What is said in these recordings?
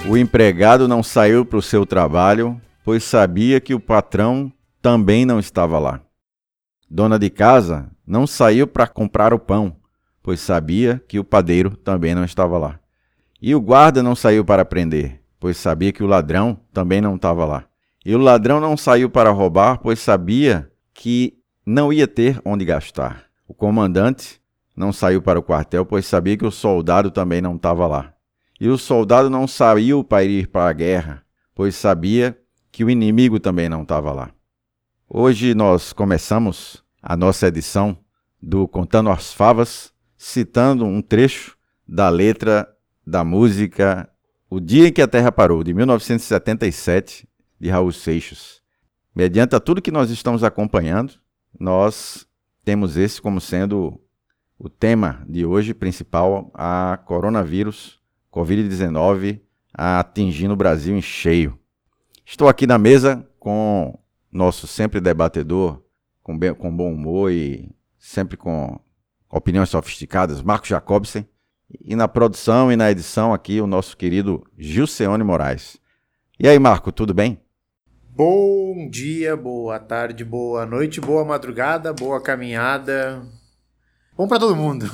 O empregado não saiu para o seu trabalho, pois sabia que o patrão também não estava lá. Dona de casa não saiu para comprar o pão, pois sabia que o padeiro também não estava lá. E o guarda não saiu para prender, pois sabia que o ladrão também não estava lá. E o ladrão não saiu para roubar, pois sabia que não ia ter onde gastar. O comandante não saiu para o quartel, pois sabia que o soldado também não estava lá. E o soldado não saiu para ir para a guerra, pois sabia que o inimigo também não estava lá. Hoje nós começamos a nossa edição do Contando as Favas, citando um trecho da letra da música O Dia em que a Terra Parou, de 1977, de Raul Seixas. Mediante a tudo que nós estamos acompanhando, nós temos esse como sendo o tema de hoje principal, a coronavírus, Covid-19, atingindo o Brasil em cheio. Estou aqui na mesa com nosso sempre debatedor, com bom humor e sempre com opiniões sofisticadas, Marco Jacobsen, e na produção e na edição aqui o nosso querido Gilceone Moraes. E aí, Marco, tudo bem? Bom dia, boa tarde, boa noite, boa madrugada, boa caminhada. Bom para todo mundo.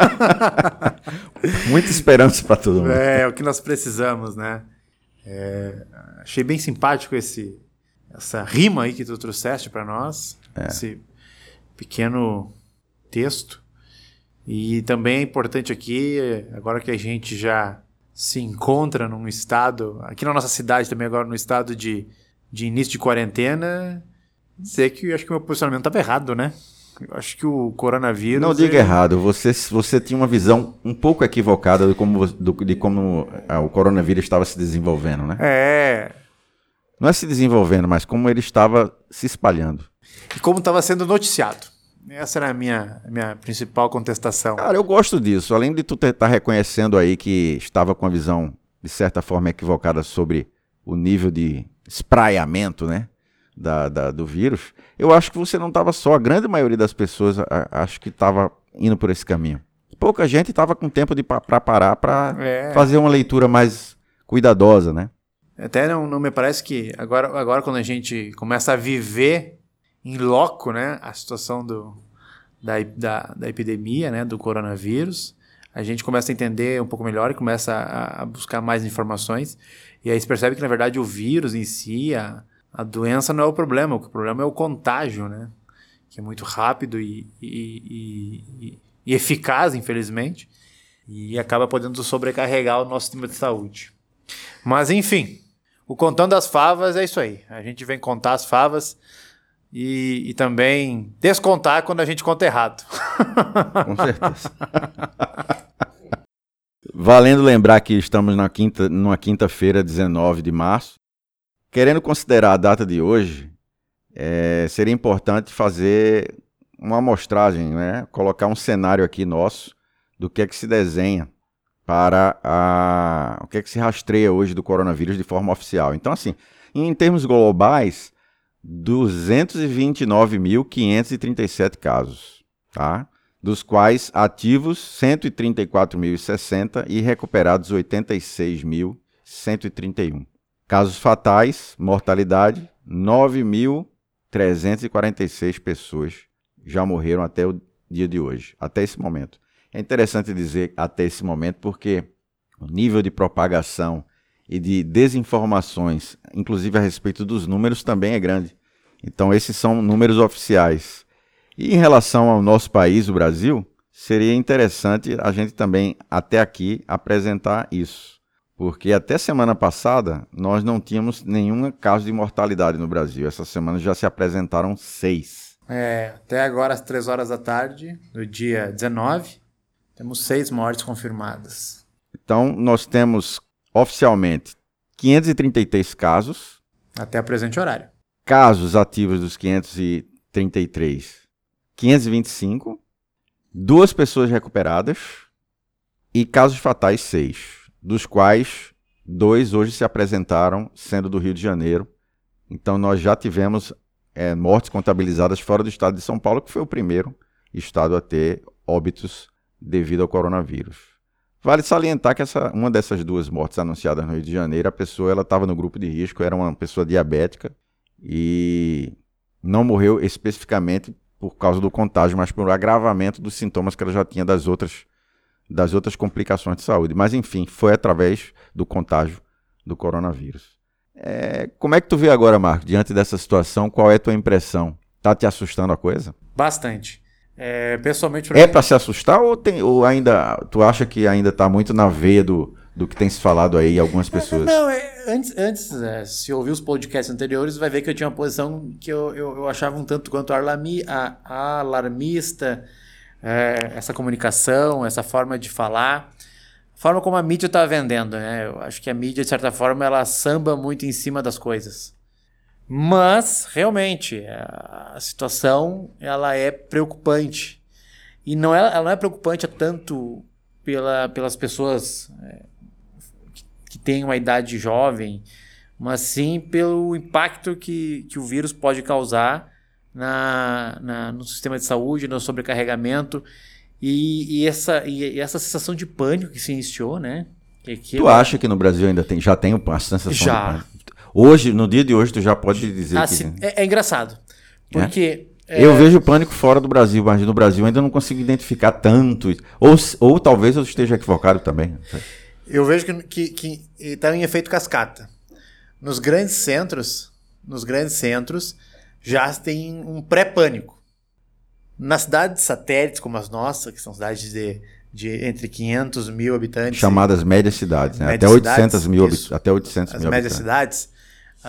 Muita esperança para todo mundo. É o que nós precisamos, né? Achei bem simpático essa rima aí que tu trouxeste para nós, esse pequeno texto. E também é importante aqui, agora que a gente já se encontra num estado, aqui na nossa cidade também agora no estado de início de quarentena, dizer que eu acho que o meu posicionamento estava errado, né? Eu acho que o coronavírus... Não diga errado, você tinha uma visão um pouco equivocada de como o coronavírus estava se desenvolvendo, né? Não é se desenvolvendo, mas como ele estava se espalhando. E como estava sendo noticiado. Essa era a minha principal contestação. Cara, eu gosto disso. Além de tu estar reconhecendo aí que estava com a visão, de certa forma, equivocada sobre o nível de espraiamento, né? Do vírus, eu acho que você não estava só, a grande maioria das pessoas acho que estava indo por esse caminho. Pouca gente estava com tempo para parar para fazer uma leitura mais cuidadosa, né? Até não me parece que agora quando a gente começa a viver em loco, né, a situação da epidemia, né, do coronavírus, a gente começa a entender um pouco melhor e começa a buscar mais informações, e aí se percebe que na verdade o vírus em si, a doença não é o problema é o contágio, né? Que é muito rápido e eficaz, infelizmente, e acaba podendo sobrecarregar o nosso sistema de saúde. Mas, enfim, o Contando as Favas é isso aí. A gente vem contar as favas e também descontar quando a gente conta errado. Com certeza. Valendo lembrar que estamos numa quinta-feira, 19 de março. Querendo considerar a data de hoje, seria importante fazer uma amostragem, né? Colocar um cenário aqui nosso do que é que se desenha para o que é que se rastreia hoje do coronavírus de forma oficial. Então, assim, em termos globais, 229.537 casos, tá? Dos quais ativos 134.060 e recuperados 86.131. Casos fatais, mortalidade, 9.346 pessoas já morreram até o dia de hoje, até esse momento. É interessante dizer até esse momento porque o nível de propagação e de desinformações, inclusive a respeito dos números, também é grande. Então esses são números oficiais. E em relação ao nosso país, o Brasil, seria interessante a gente também, até aqui, apresentar isso. Porque até semana passada, nós não tínhamos nenhum caso de mortalidade no Brasil. Essa semana já se apresentaram 6. Até agora, às 3 horas da tarde, no dia 19, temos 6 mortes confirmadas. Então, nós temos, oficialmente, 533 casos. Até o presente horário. Casos ativos dos 533, 525. 2 pessoas recuperadas. E casos fatais, 6. Dos quais 2 hoje se apresentaram, sendo do Rio de Janeiro. Então, nós já tivemos mortes contabilizadas fora do estado de São Paulo, que foi o primeiro estado a ter óbitos devido ao coronavírus. Vale salientar que uma dessas 2 mortes anunciadas no Rio de Janeiro, a pessoa estava no grupo de risco, era uma pessoa diabética e não morreu especificamente por causa do contágio, mas por agravamento dos sintomas que ela já tinha das outras complicações de saúde. Mas, enfim, foi através do contágio do coronavírus. Como é que tu vê agora, Marco, diante dessa situação? Qual é a tua impressão? Tá te assustando a coisa? Bastante. Pessoalmente... para se assustar ou ainda tu acha que ainda está muito na veia do que tem se falado aí algumas pessoas? Não, antes se ouvir os podcasts anteriores, vai ver que eu tinha uma posição que eu achava um tanto quanto alarmista, essa comunicação, essa forma de falar, a forma como a mídia está vendendo, né? Eu acho que a mídia, de certa forma, ela samba muito em cima das coisas. Mas, realmente, a situação ela é preocupante. E ela não é preocupante tanto pelas pessoas que têm uma idade jovem, mas sim pelo impacto que o vírus pode causar no sistema de saúde, no sobrecarregamento e essa sensação de pânico que se iniciou, né? Tu acha que no Brasil ainda já tem a sensação de pânico? Hoje, no dia de hoje, tu já pode dizer que... É engraçado, porque... Eu vejo pânico fora do Brasil, mas no Brasil ainda não consigo identificar tanto. Ou talvez eu esteja equivocado também. Eu vejo que está em efeito cascata. Nos grandes centros já tem um pré-pânico. Nas cidades satélites como as nossas, que são cidades de entre 500 mil habitantes... Chamadas médias cidades, né? Médias até 800 cidades, mil habitantes. Até 800 as mil médias habitantes. cidades...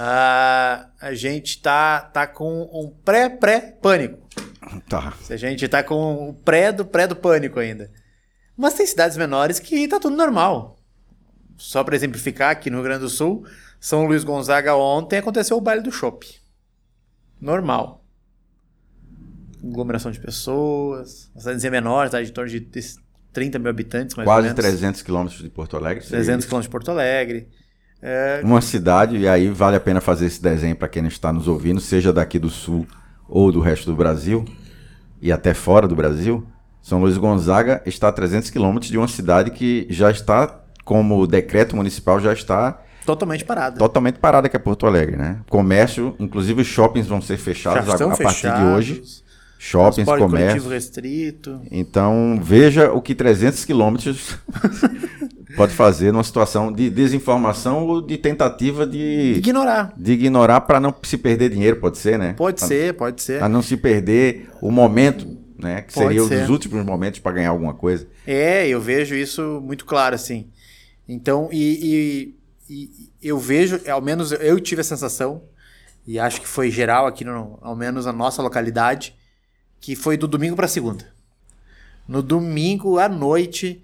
a gente tá com um pré-pânico. Tá. A gente tá com o pré do pânico ainda. Mas tem cidades menores que tá tudo normal. Só para exemplificar, aqui no Rio Grande do Sul, São Luís Gonzaga, ontem aconteceu o baile do chopp. Normal. Aglomeração de pessoas. Uma cidadezinha menor, cidade de torno de 30 mil habitantes, mais Quase ou menos. 300 quilômetros de Porto Alegre. 300 quilômetros de Porto Alegre. Uma cidade, e aí vale a pena fazer esse desenho para quem está nos ouvindo, seja daqui do Sul ou do resto do Brasil, e até fora do Brasil. São Luís Gonzaga está a 300 quilômetros de uma cidade que já está, como decreto municipal, já está... Totalmente parada. Totalmente parada, que é Porto Alegre, né? Comércio, inclusive os shoppings vão ser fechados a partir de hoje. Shoppings, comércio. Restrito. Então, veja o que 300 quilômetros pode fazer numa situação de desinformação ou de tentativa de ignorar. De ignorar para não se perder dinheiro, pode ser, né? Pode ser. Para não se perder o momento, né? Que seria um dos últimos momentos para ganhar alguma coisa. Eu vejo isso muito claro, assim. Então, e eu vejo, ao menos eu tive a sensação, e acho que foi geral aqui, ao menos na nossa localidade, que foi do domingo para segunda. No domingo à noite,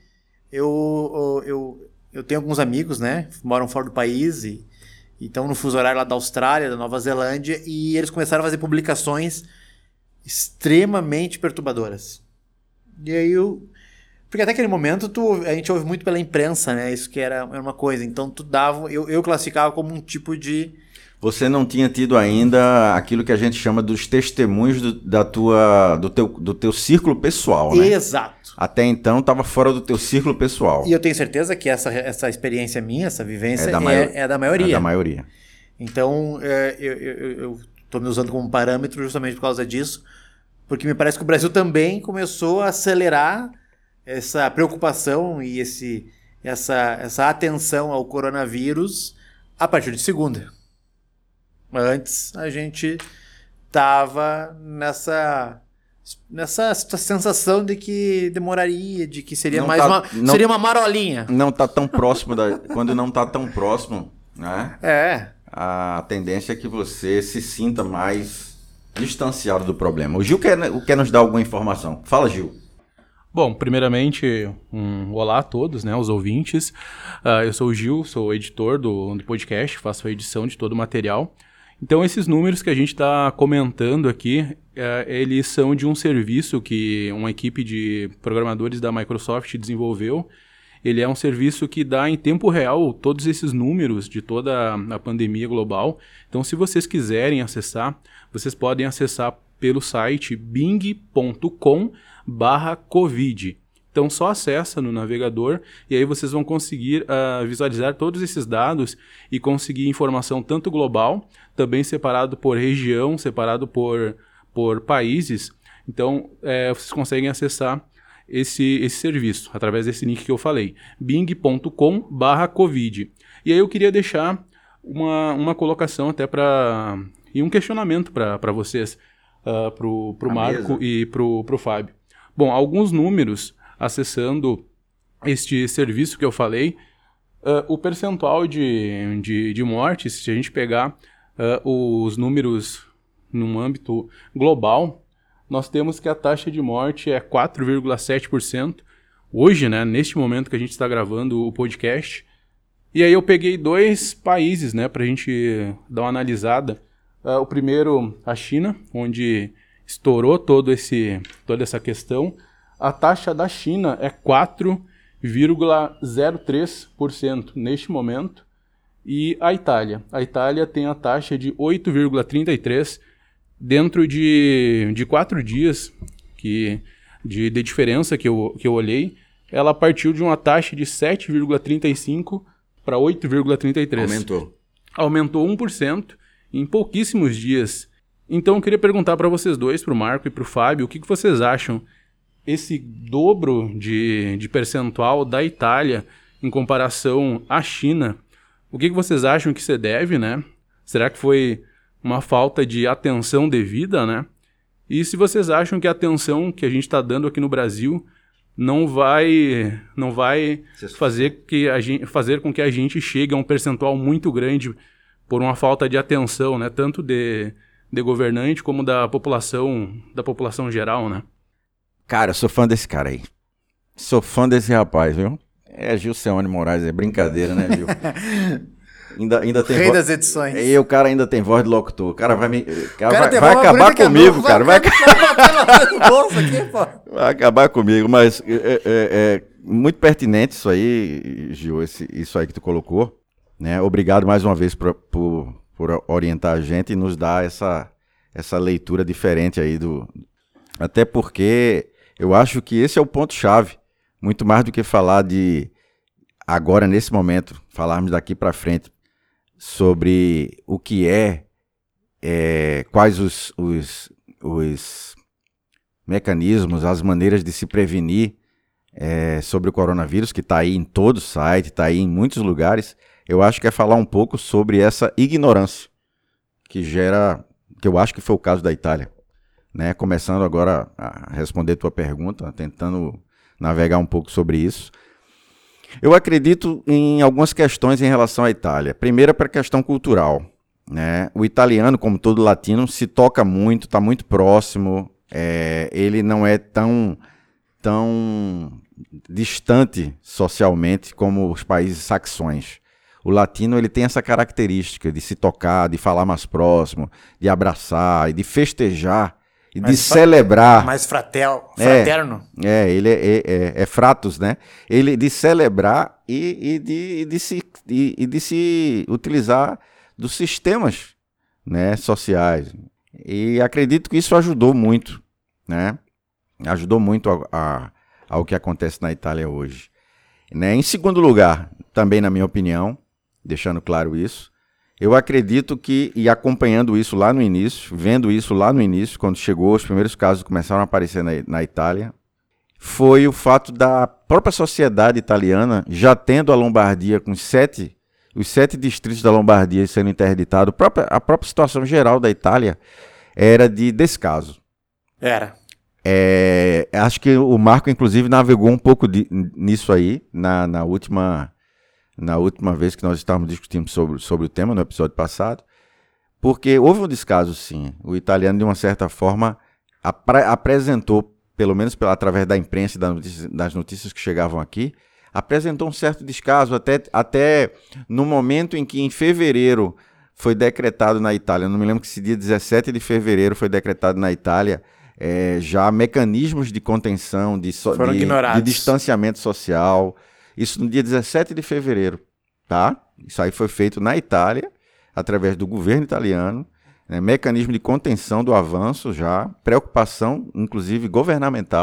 eu tenho alguns amigos, né, que moram fora do país e estão no fuso horário lá da Austrália, da Nova Zelândia, e eles começaram a fazer publicações extremamente perturbadoras. E aí porque até aquele momento a gente ouve muito pela imprensa, né, isso que era uma coisa, então eu classificava como um tipo de... Você não tinha tido ainda aquilo que a gente chama dos testemunhos do teu círculo pessoal, né? Exato. Até então estava fora do teu círculo pessoal. E eu tenho certeza que essa experiência minha, essa vivência é da maioria. É da maioria. Então, eu estou me usando como parâmetro justamente por causa disso, porque me parece que o Brasil também começou a acelerar essa preocupação e essa atenção ao coronavírus a partir de segunda. Antes, a gente estava nessa sensação de que demoraria, de que seria seria uma marolinha. Não está tão próximo, quando não está tão próximo, né? A tendência é que você se sinta mais distanciado do problema. O Gil quer nos dar alguma informação. Fala, Gil. Bom, primeiramente, olá a todos, né, os ouvintes. Eu sou o Gil, sou editor do podcast, faço a edição de todo o material. Então, esses números que a gente está comentando aqui, eles são de um serviço que uma equipe de programadores da Microsoft desenvolveu. Ele é um serviço que dá em tempo real todos esses números de toda a pandemia global. Então, se vocês quiserem acessar, vocês podem acessar pelo site bing.com/covid. Então só acessa no navegador e aí vocês vão conseguir visualizar todos esses dados e conseguir informação tanto global, também separado por região, separado por países. Então vocês conseguem acessar esse serviço através desse link que eu falei, bing.com/covid. E aí eu queria deixar uma colocação até e um questionamento para vocês, pro Marco e pro Fábio. Bom, alguns números acessando este serviço que eu falei, o percentual de mortes, se a gente pegar os números num âmbito global, nós temos que a taxa de morte é 4,7%. Hoje, né, neste momento que a gente está gravando o podcast. E aí eu peguei 2 países, né, para a gente dar uma analisada. O primeiro, a China, onde estourou toda essa questão. A taxa da China é 4,03% neste momento. E a Itália? A Itália tem a taxa de 8,33%. Dentro de 4 dias de diferença que eu olhei, ela partiu de uma taxa de 7,35% para 8,33%. Aumentou 1% em pouquíssimos dias. Então eu queria perguntar para vocês dois, para o Marco e para o Fábio, o que vocês acham? Esse dobro de percentual da Itália em comparação à China, o que vocês acham que se deve, né? Será que foi uma falta de atenção devida, né? E se vocês acham que a atenção que a gente está dando aqui no Brasil não vai fazer com que a gente chegue a um percentual muito grande por uma falta de atenção, né? Tanto de governante como da população geral, né? Cara, eu sou fã desse cara aí. Sou fã desse rapaz, viu? Gilceone Moraes, é brincadeira, né, Gil? Ainda tem Rei das edições. E o cara ainda tem voz de locutor. O cara vai acabar comigo, cara. Vai acabar comigo, mas muito pertinente isso aí, Gil, isso aí que tu colocou, né? Obrigado mais uma vez por orientar a gente e nos dar essa leitura diferente aí até porque eu acho que esse é o ponto-chave, muito mais do que falar de agora, nesse momento, falarmos daqui para frente sobre o que quais os mecanismos, as maneiras de se prevenir sobre o coronavírus, que está aí em todo o site, está aí em muitos lugares. Eu acho que é falar um pouco sobre essa ignorância que eu acho que foi o caso da Itália, né? Começando agora a responder tua pergunta, tentando navegar um pouco sobre isso. Eu acredito em algumas questões em relação à Itália. Primeiro, para a questão cultural, né? O italiano, como todo latino, se toca muito, está muito próximo. Ele não é tão distante socialmente como os países saxões. O latino ele tem essa característica de se tocar, de falar mais próximo, de abraçar e de festejar e de celebrar. Mais fraterno. Ele é fratus, né? Ele de celebrar e de se utilizar dos sistemas, né, sociais. E acredito que isso ajudou muito, né? Ajudou muito ao que acontece na Itália hoje. Né? Em segundo lugar, também na minha opinião, deixando claro isso, eu acredito que, e acompanhando isso lá no início, vendo isso lá no início, quando chegou, os primeiros casos começaram a aparecer na Itália, foi o fato da própria sociedade italiana, já tendo a Lombardia com os 7 distritos da Lombardia sendo interditados, a própria situação geral da Itália era de descaso. Era. Acho que o Marco, inclusive, navegou um pouco nisso aí, na última vez que nós estávamos discutindo sobre o tema, no episódio passado, porque houve um descaso, sim. O italiano, de uma certa forma, apresentou, pelo menos através da imprensa e das notícias que chegavam aqui, apresentou um certo descaso, até no momento em que, em fevereiro, foi decretado na Itália, não me lembro que esse dia 17 de fevereiro foi decretado na Itália, já mecanismos de contenção, de distanciamento social. Isso no dia 17 de fevereiro, tá? Isso aí foi feito na Itália, através do governo italiano, né? Mecanismo de contenção do avanço já, preocupação, inclusive, governamental,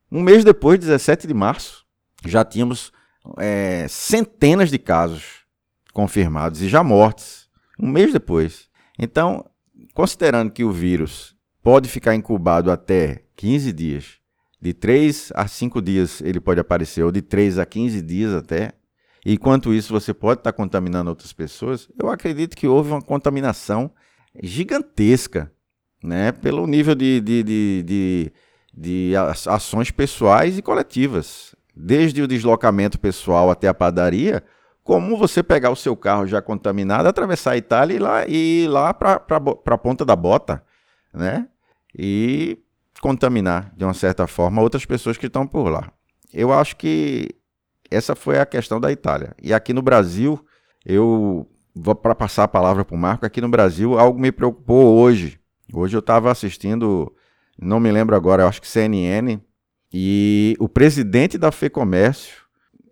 Um mês depois, 17 de março, já tínhamos centenas de casos confirmados e já mortes. Um mês depois. Então, considerando que o vírus pode ficar incubado até 15 dias, de 3 a 5 dias ele pode aparecer, ou de 3 a 15 dias até, e enquanto isso você pode estar contaminando outras pessoas, eu acredito que houve uma contaminação gigantesca, né, pelo nível de ações pessoais e coletivas. Desde o deslocamento pessoal até a padaria, como você pegar o seu carro já contaminado, atravessar a Itália e ir lá para a ponta da bota, né? E contaminar, de uma certa forma, outras pessoas que estão por lá. Eu acho que essa foi a questão da Itália. E aqui no Brasil, eu vou para passar a palavra para o Marco, aqui no Brasil algo me preocupou hoje. Hoje eu estava assistindo, não me lembro agora, eu acho que CNN, e o presidente da FEComércio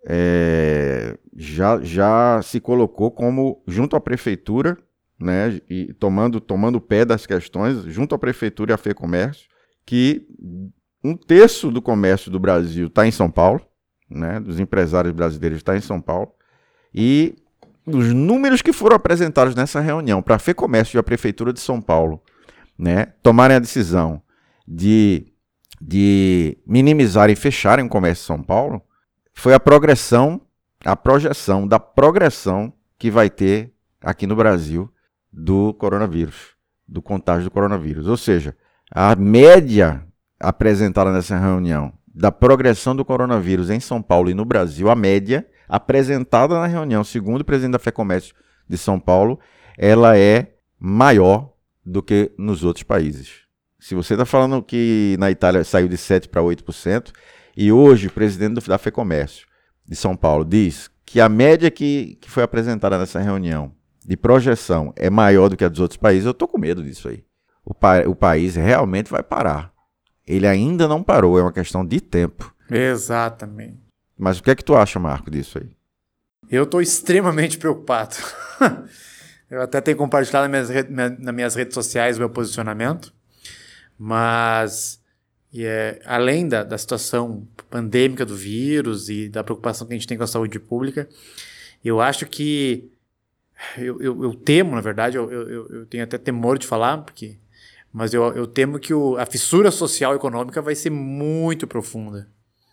já se colocou como, junto à prefeitura, né, e tomando o pé das questões, junto à prefeitura e à FEComércio, que 1/3 do comércio do Brasil está em São Paulo, né, dos empresários brasileiros está em São Paulo, e os números que foram apresentados nessa reunião para a FEComércio e a Prefeitura de São Paulo, né, tomarem a decisão de minimizar e fecharem o comércio de São Paulo, foi a projeção da progressão que vai ter aqui no Brasil do coronavírus, do contágio do coronavírus. Ou seja, a média apresentada nessa reunião da progressão do coronavírus em São Paulo e no Brasil, a média apresentada na reunião, segundo o presidente da FEComércio de São Paulo, ela é maior do que nos outros países. Se você está falando que na Itália saiu de 7% para 8%, e hoje o presidente da FEComércio de São Paulo diz que a média que foi apresentada nessa reunião de projeção é maior do que a dos outros países, eu estou com medo disso aí. O país realmente vai parar. Ele ainda não parou, é uma questão de tempo. Exatamente. Mas o que é que tu acha, Marco, disso aí? Eu estou extremamente preocupado. Eu até tenho compartilhado nas minhas redes sociais o meu posicionamento, mas além da situação pandêmica do vírus e da preocupação que a gente tem com a saúde pública, eu acho que eu temo, na verdade, eu tenho até temor de falar, mas eu temo que a fissura social e econômica vai ser muito profunda.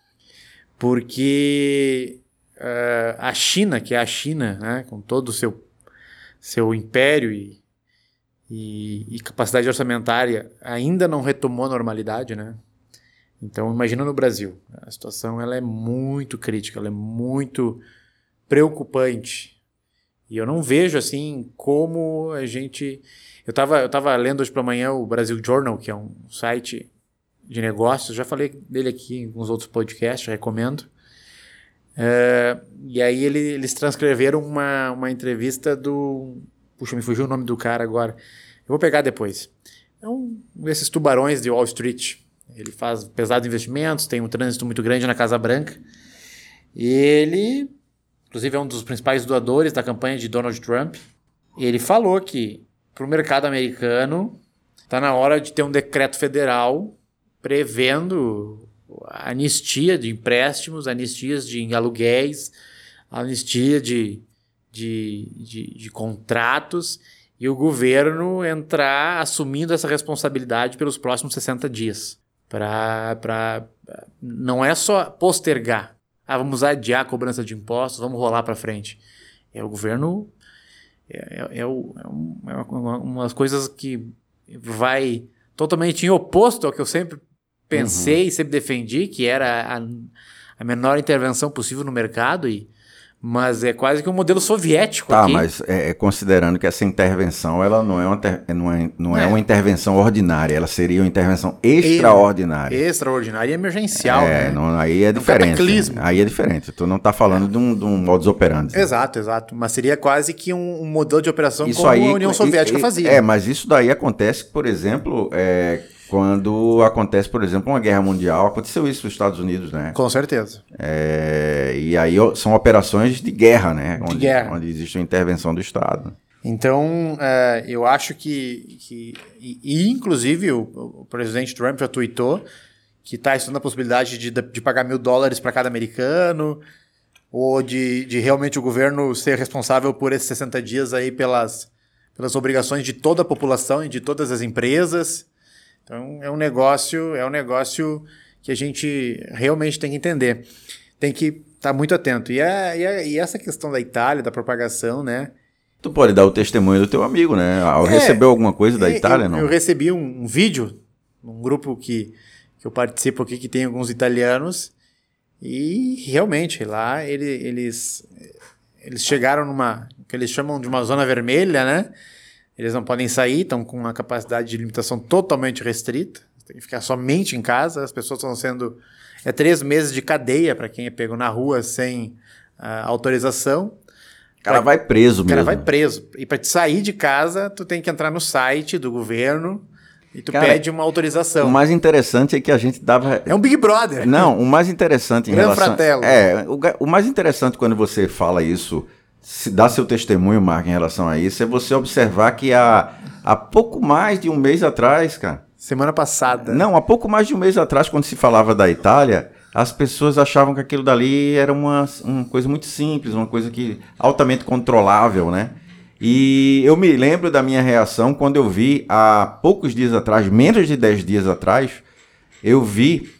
Porque a China, que é a China, né, com todo o seu império e capacidade orçamentária, ainda não retomou a normalidade, né? Então, imagina no Brasil. A situação ela é muito crítica, ela é muito preocupante. E eu não vejo assim como a gente... Eu tava lendo hoje pela manhã o Brasil Journal, que é um site de negócios. Já falei dele aqui em alguns outros podcasts, recomendo. E aí eles transcreveram uma entrevista do... Puxa, me fugiu o nome do cara agora. Eu vou pegar depois. É um desses tubarões de Wall Street. Ele faz pesados investimentos, tem um trânsito muito grande na Casa Branca. E ele, inclusive, é um dos principais doadores da campanha de Donald Trump. E ele falou que para o mercado americano está na hora de ter um decreto federal prevendo anistia de empréstimos, anistias de aluguéis, anistia de contratos, e o governo entrar assumindo essa responsabilidade pelos próximos 60 dias. Não é só postergar. Vamos adiar a cobrança de impostos, vamos rolar para frente. O governo umas coisas que vai totalmente em oposto ao que eu sempre pensei, sempre defendi, que era a menor intervenção possível no mercado, mas é quase que um modelo soviético aqui. Mas considerando que essa intervenção ela não é uma intervenção ordinária, ela seria uma intervenção extraordinária. Extraordinária e emergencial. Né? Aí é diferente. Aí é diferente. Tu não está falando de um modus operandi. Exato. Mas seria quase que um modelo de operação isso como a União Soviética fazia. Mas isso daí acontece, por exemplo... Quando acontece, por exemplo, uma guerra mundial, aconteceu isso nos Estados Unidos, né? Com certeza. E aí são operações de guerra, né? Onde existe uma intervenção do Estado. Então, eu acho que inclusive, o presidente Trump já tuitou que está estudando a possibilidade de pagar $1.000 para cada americano, ou de realmente o governo ser responsável por esses 60 dias aí pelas obrigações de toda a população e de todas as empresas. Então é um negócio que a gente realmente tem que entender. Tem que estar muito atento. E essa questão da Itália, da propagação, né? Tu pode dar o testemunho do teu amigo, né? Recebeu alguma coisa da Itália, não? Eu recebi um vídeo num grupo que eu participo aqui, que tem alguns italianos, e realmente lá eles chegaram numa, que eles chamam de uma zona vermelha, né? Eles não podem sair, estão com uma capacidade de limitação totalmente restrita, tem que ficar somente em casa, as pessoas estão sendo... 3 meses de cadeia para quem é pego na rua sem autorização. O cara vai preso mesmo. O cara vai preso. E para te sair de casa, tu tem que entrar no site do governo e tu pede uma autorização. O mais interessante é que a gente dava... É um Big Brother. Não, o mais interessante em Gran relação... Fratello. O mais interessante quando você fala isso, se dá seu testemunho, Marco, em relação a isso, é você observar que há pouco mais de um mês atrás, cara... Semana passada. Não, há pouco mais de um mês atrás, quando se falava da Itália, as pessoas achavam que aquilo dali era uma coisa muito simples, uma coisa altamente controlável, né? E eu me lembro da minha reação quando eu vi, há poucos dias atrás, menos de 10 dias atrás, eu vi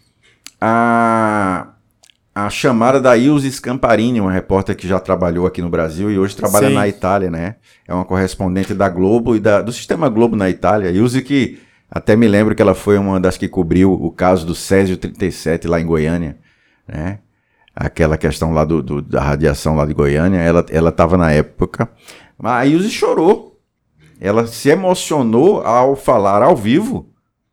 a chamada da Ilse Scamparini, uma repórter que já trabalhou aqui no Brasil e hoje trabalha na Itália, né? É uma correspondente da Globo e do Sistema Globo na Itália. Ilse que... Até me lembro que ela foi uma das que cobriu o caso do Césio 37 lá em Goiânia, né? Aquela questão lá da radiação lá de Goiânia, ela estava na época. Mas a Ilse chorou. Ela se emocionou ao falar ao vivo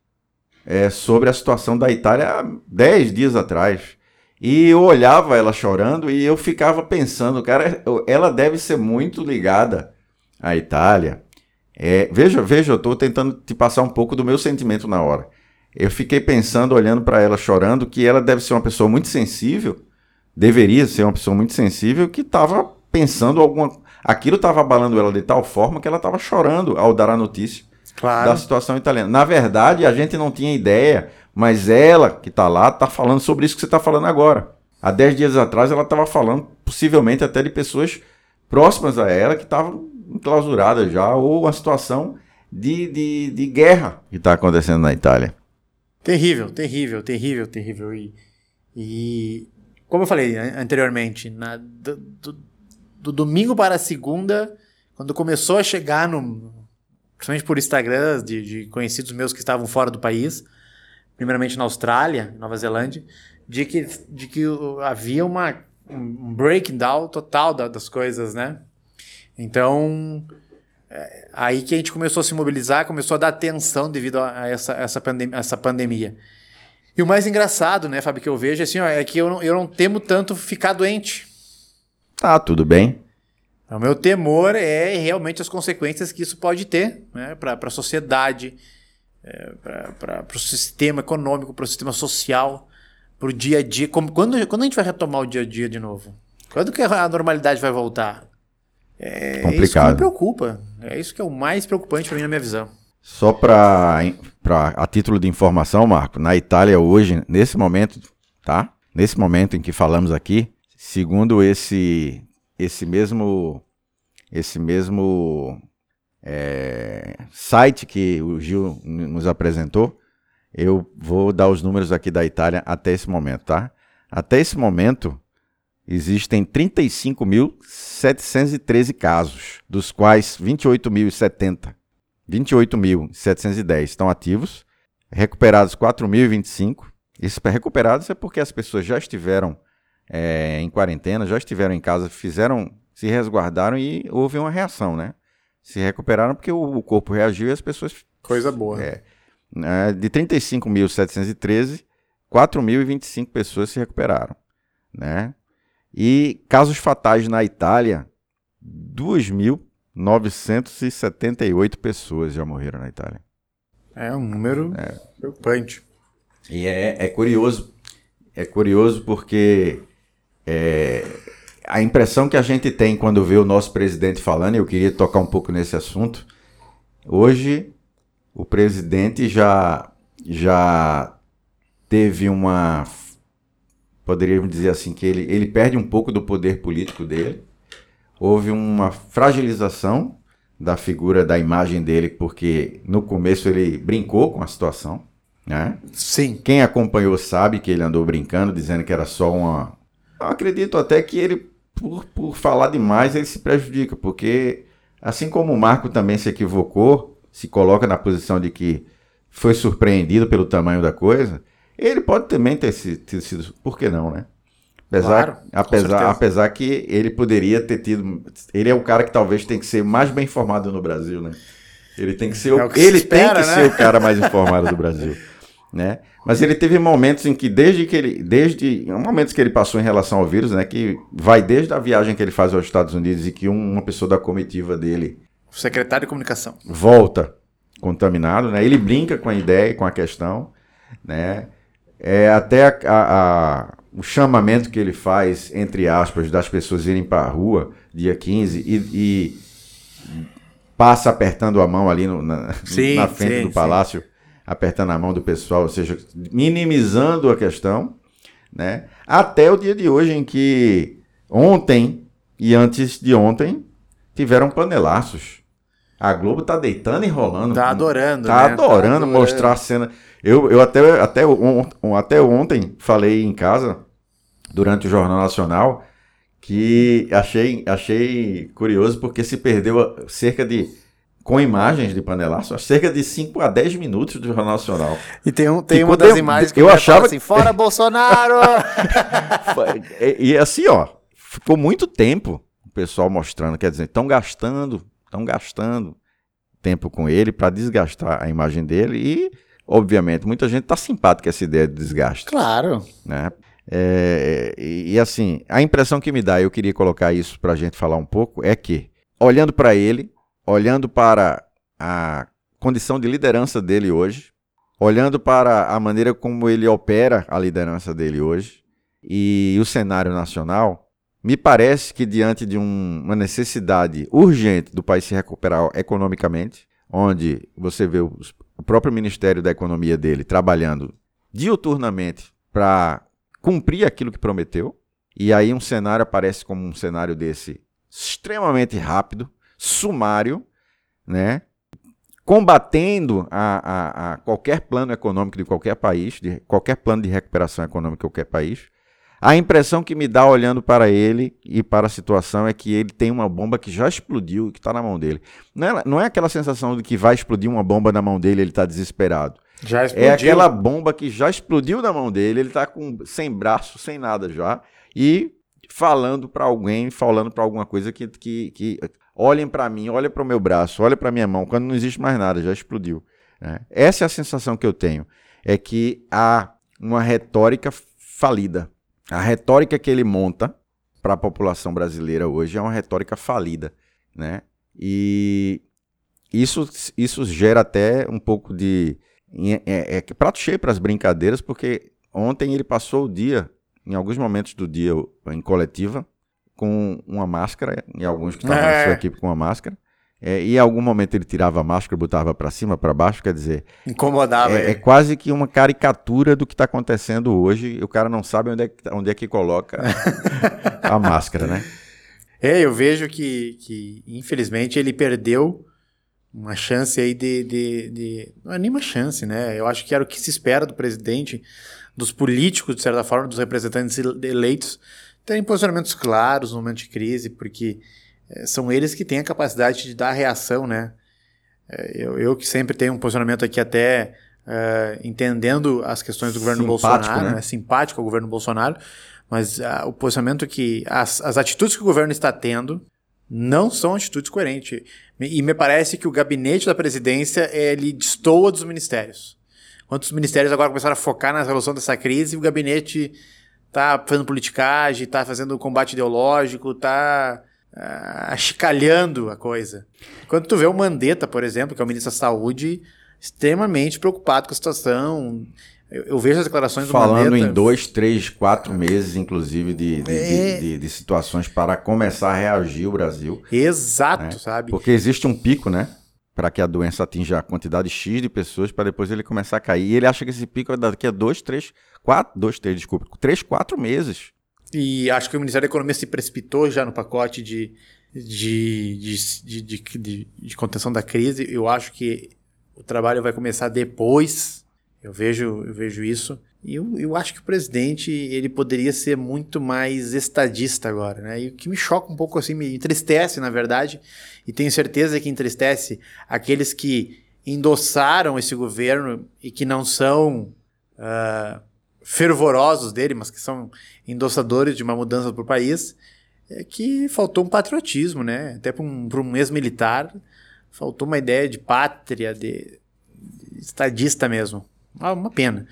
sobre a situação da Itália há 10 dias atrás. E eu olhava ela chorando e eu ficava pensando, cara, ela deve ser muito ligada à Itália. Veja, eu estou tentando te passar um pouco do meu sentimento na hora. Eu fiquei pensando, olhando para ela chorando, que ela deve ser uma pessoa muito sensível, deveria ser uma pessoa muito sensível, que estava pensando aquilo estava abalando ela de tal forma que ela estava chorando ao dar a notícia da situação italiana. Na verdade, a gente não tinha ideia, mas ela que está lá está falando sobre isso que você está falando agora. Há 10 dias atrás ela estava falando, possivelmente até de pessoas próximas a ela que estavam enclausuradas já, ou uma situação de guerra que está acontecendo na Itália. Terrível. E como eu falei anteriormente, do domingo para a segunda, quando começou a chegar, principalmente por Instagram, de conhecidos meus que estavam fora do país, primeiramente na Austrália, Nova Zelândia, de que havia um breakdown total das coisas, né? Então, aí que a gente começou a se mobilizar, começou a dar atenção devido a essa pandemia. E o mais engraçado, né, Fábio, que eu vejo assim, é que eu não temo tanto ficar doente. Tá, tudo bem. O meu temor é realmente as consequências que isso pode ter, né, para a sociedade, para o sistema econômico, para o sistema social, para o dia a dia. Quando a gente vai retomar o dia a dia de novo? Quando que a normalidade vai voltar? Complicado. Isso que me preocupa. É isso que é o mais preocupante para mim na minha visão. Só a título de informação, Marco, na Itália hoje, nesse momento, tá? Nesse momento em que falamos aqui, segundo esse mesmo site que o Gil nos apresentou, eu vou dar os números aqui da Itália até esse momento, tá? Até esse momento, existem 35.713 casos, dos quais 28.710 estão ativos, recuperados 4.025. Isso recuperados é porque as pessoas já estiveram em quarentena, já estiveram em casa, se resguardaram e houve uma reação, né? Se recuperaram porque o corpo reagiu e as pessoas... Coisa boa. De 35.713, 4.025 pessoas se recuperaram, né? E casos fatais na Itália, 2.978 pessoas já morreram na Itália. É um número preocupante. E é curioso porque a impressão que a gente tem quando vê o nosso presidente falando, e eu queria tocar um pouco nesse assunto, hoje o presidente já teve poderíamos dizer assim, que ele perde um pouco do poder político dele. Houve uma fragilização da figura, da imagem dele, porque no começo ele brincou com a situação, né? Sim. Quem acompanhou sabe que ele andou brincando, dizendo que era só uma... Eu acredito até que ele, por falar demais, ele se prejudica, porque assim como o Marco também se equivocou, se coloca na posição de que foi surpreendido pelo tamanho da coisa, ele pode também ter sido, por que não, né? Apesar que ele poderia ter tido... Ele é o cara que talvez tem que ser mais bem informado no Brasil, né? Ele tem que ser ser o cara mais informado do Brasil, né? Mas ele teve momentos em que, momentos que ele passou em relação ao vírus, né? Que vai desde a viagem que ele faz aos Estados Unidos e que uma pessoa da comitiva dele... O secretário de comunicação. Volta contaminado, né? Ele brinca com a ideia, com a questão, né? Até o chamamento que ele faz, entre aspas, das pessoas irem para a rua, dia 15, e passa apertando a mão ali na frente do palácio, apertando a mão do pessoal, ou seja, minimizando a questão, né? Até o dia de hoje, em que ontem e antes de ontem tiveram panelaços. A Globo tá deitando e rolando. Tá adorando, né? Tá adorando mostrar a cena. Eu até ontem falei em casa, durante o Jornal Nacional, que achei curioso, porque se perdeu com imagens de panelaço, cerca de 5 a 10 minutos do Jornal Nacional. E tem uma das imagens que eu achava assim, fora Bolsonaro! e assim, ó, ficou muito tempo o pessoal mostrando, quer dizer, estão gastando tempo com ele para desgastar a imagem dele e, obviamente, muita gente está simpática com essa ideia de desgaste. Claro. Né? E assim, a impressão que me dá, eu queria colocar isso para a gente falar um pouco, é que, olhando para ele, olhando para a condição de liderança dele hoje, olhando para a maneira como ele opera a liderança dele hoje e o cenário nacional, me parece que diante de uma necessidade urgente do país se recuperar economicamente, onde você vê o próprio Ministério da Economia dele trabalhando diuturnamente para cumprir aquilo que prometeu, e aí um cenário aparece como um cenário desse extremamente rápido, sumário, né? Combatendo a qualquer plano econômico de qualquer país, de qualquer plano de recuperação econômica de qualquer país. A impressão que me dá olhando para ele e para a situação é que ele tem uma bomba que já explodiu e que está na mão dele. Não é aquela sensação de que vai explodir uma bomba na mão dele e ele está desesperado. Já explodiu. É aquela bomba que já explodiu na mão dele, ele está sem braço, sem nada já, e falando para alguém, falando para alguma coisa que olhem para mim, olhem para o meu braço, olhem para a minha mão, quando não existe mais nada, já explodiu. Né? Essa é a sensação que eu tenho, é que há uma retórica falida. A retórica que ele monta para a população brasileira hoje é uma retórica falida, né? E isso gera até um pouco de... prato cheio para as brincadeiras, porque ontem ele passou o dia, em alguns momentos do dia, em coletiva, com uma máscara, e alguns que estavam na sua equipe com uma máscara, e em algum momento ele tirava a máscara, botava para cima, para baixo, quer dizer... Incomodava ele. É quase que uma caricatura do que está acontecendo hoje, e o cara não sabe onde é que coloca a máscara, né? Eu vejo que infelizmente, ele perdeu uma chance aí não é nem uma chance, né? Eu acho que era o que se espera do presidente, dos políticos, de certa forma, dos representantes eleitos, terem posicionamentos claros no momento de crise, porque... são eles que têm a capacidade de dar reação, né? Eu que sempre tenho um posicionamento aqui até entendendo as questões do governo Bolsonaro, né? Simpático ao governo Bolsonaro, mas o posicionamento que... As atitudes que o governo está tendo não são atitudes coerentes. E me parece que o gabinete da presidência, ele destoa dos ministérios. Enquanto os ministérios agora começaram a focar na resolução dessa crise, o gabinete está fazendo politicagem, está fazendo combate ideológico, está... achicalhando a coisa. Quando tu vê o Mandetta, por exemplo, que é o ministro da Saúde, extremamente preocupado com a situação. Eu vejo as declarações do Mandetta... Falando em 2, 3, 4 meses, inclusive, de situações para começar a reagir o Brasil. Exato, né? sabe? Porque existe um pico, né? para que a doença atinja a quantidade X de pessoas, para depois ele começar a cair. E ele acha que esse pico é daqui a 3, 4 meses. E acho que o Ministério da Economia se precipitou já no pacote de contenção da crise. Eu acho que o trabalho vai começar depois. Eu vejo isso. E eu acho que o presidente ele poderia ser muito mais estadista agora, né? E o que me choca um pouco, assim, me entristece, na verdade, e tenho certeza que entristece aqueles que endossaram esse governo e que não são fervorosos dele, mas que são endossadores de uma mudança para o país, é que faltou um patriotismo, né? Até para um ex-militar, faltou uma ideia de pátria, de estadista mesmo. Uma pena.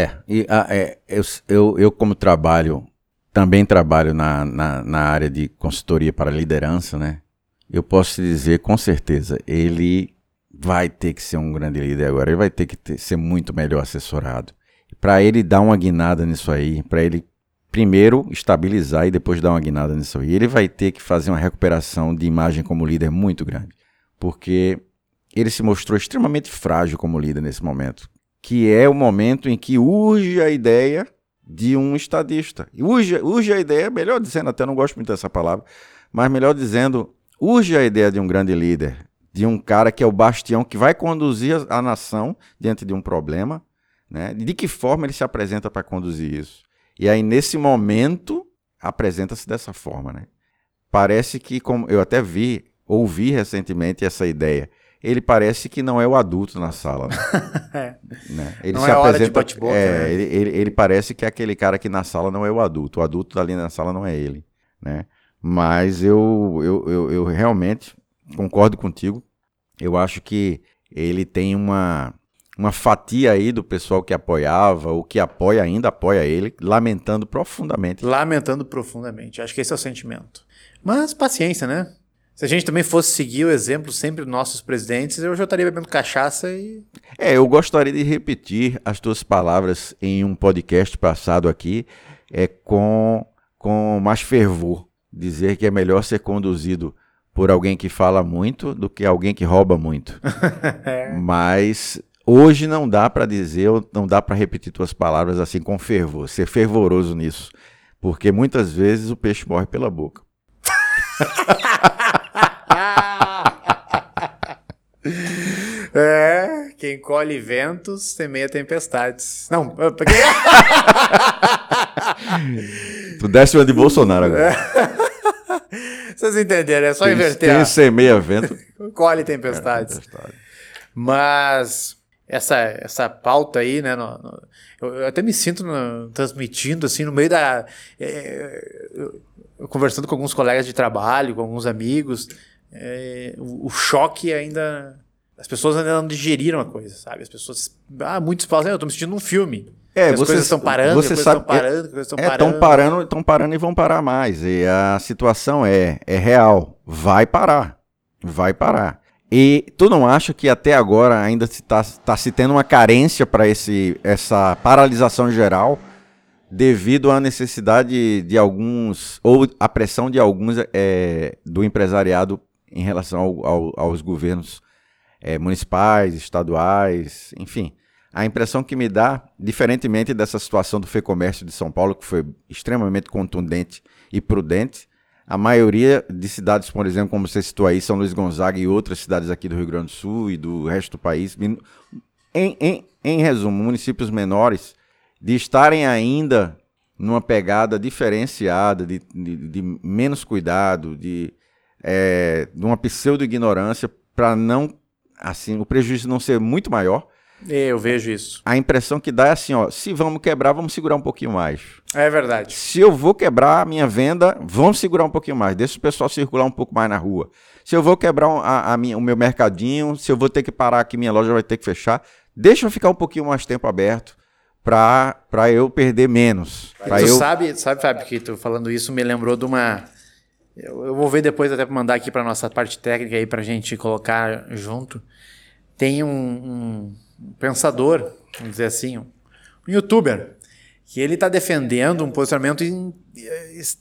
Eu como também trabalho na área de consultoria para liderança, né? Eu posso te dizer com certeza, ele vai ter que ser um grande líder agora, ele vai ter que ser muito melhor assessorado. Para ele dar uma guinada nisso aí, para ele primeiro estabilizar e depois dar uma guinada nisso aí, ele vai ter que fazer uma recuperação de imagem como líder muito grande, porque ele se mostrou extremamente frágil como líder nesse momento, que é o momento em que urge a ideia de um estadista. Urge a ideia, melhor dizendo, até não gosto muito dessa palavra, mas melhor dizendo, urge a ideia de um grande líder, de um cara que é o bastião que vai conduzir a nação diante de um problema, né? De que forma ele se apresenta para conduzir isso? E aí, nesse momento, apresenta-se dessa forma, né? Parece que, como eu até ouvi recentemente essa ideia, ele parece que não é o adulto na sala, né? Né? Ele não se é apresenta, hora de bate-boca, né? ele parece que é aquele cara que na sala não é o adulto ali na sala não é ele, né? Mas eu realmente concordo contigo, eu acho que ele tem uma fatia aí do pessoal que apoiava, ou que ainda apoia ele, lamentando profundamente. Acho que esse é o sentimento. Mas paciência, né? Se a gente também fosse seguir o exemplo sempre dos nossos presidentes, eu já estaria bebendo cachaça e... Eu gostaria de repetir as tuas palavras em um podcast passado aqui, com mais fervor. Dizer que é melhor ser conduzido por alguém que fala muito do que alguém que rouba muito. Mas hoje não dá para dizer, não dá para repetir tuas palavras assim com fervor, ser fervoroso nisso. Porque muitas vezes o peixe morre pela boca. Quem colhe ventos semeia tempestades. Não, Tu desce uma de Bolsonaro agora. Vocês entenderam, é só inverter. Quem semeia vento colhe tempestades. Mas essa pauta aí, né? Eu até me sinto transmitindo assim no meio da... conversando com alguns colegas de trabalho, com alguns amigos, o choque ainda... As pessoas ainda não digeriram a coisa, sabe? As pessoas... muitos falam, eu tô me sentindo num filme. As coisas estão parando, as coisas estão parando, estão parando e vão parar mais. E a situação é real. Vai parar. E tu não acha que até agora ainda está se tendo uma carência para essa paralisação geral devido à necessidade de alguns, ou a pressão de alguns do empresariado em relação aos governos municipais, estaduais, enfim. A impressão que me dá, diferentemente dessa situação do FEComércio de São Paulo, que foi extremamente contundente e prudente, a maioria de cidades, por exemplo, como você citou aí, São Luís Gonzaga e outras cidades aqui do Rio Grande do Sul e do resto do país, em resumo, municípios menores, de estarem ainda numa pegada diferenciada, de menos cuidado, de uma pseudo-ignorância, para não, assim, o prejuízo não ser muito maior. Eu vejo isso. A impressão que dá é assim, se vamos quebrar, vamos segurar um pouquinho mais. É verdade. Se eu vou quebrar a minha venda, vamos segurar um pouquinho mais, deixa o pessoal circular um pouco mais na rua. Se eu vou quebrar o meu mercadinho, se eu vou ter que parar aqui, minha loja vai ter que fechar, deixa eu ficar um pouquinho mais tempo aberto para eu perder menos. Sabe, Fábio, que tu falando isso me lembrou de uma... Eu vou ver depois até para mandar aqui para nossa parte técnica aí pra gente colocar junto. Tem um pensador, vamos dizer assim, um youtuber, que ele está defendendo um posicionamento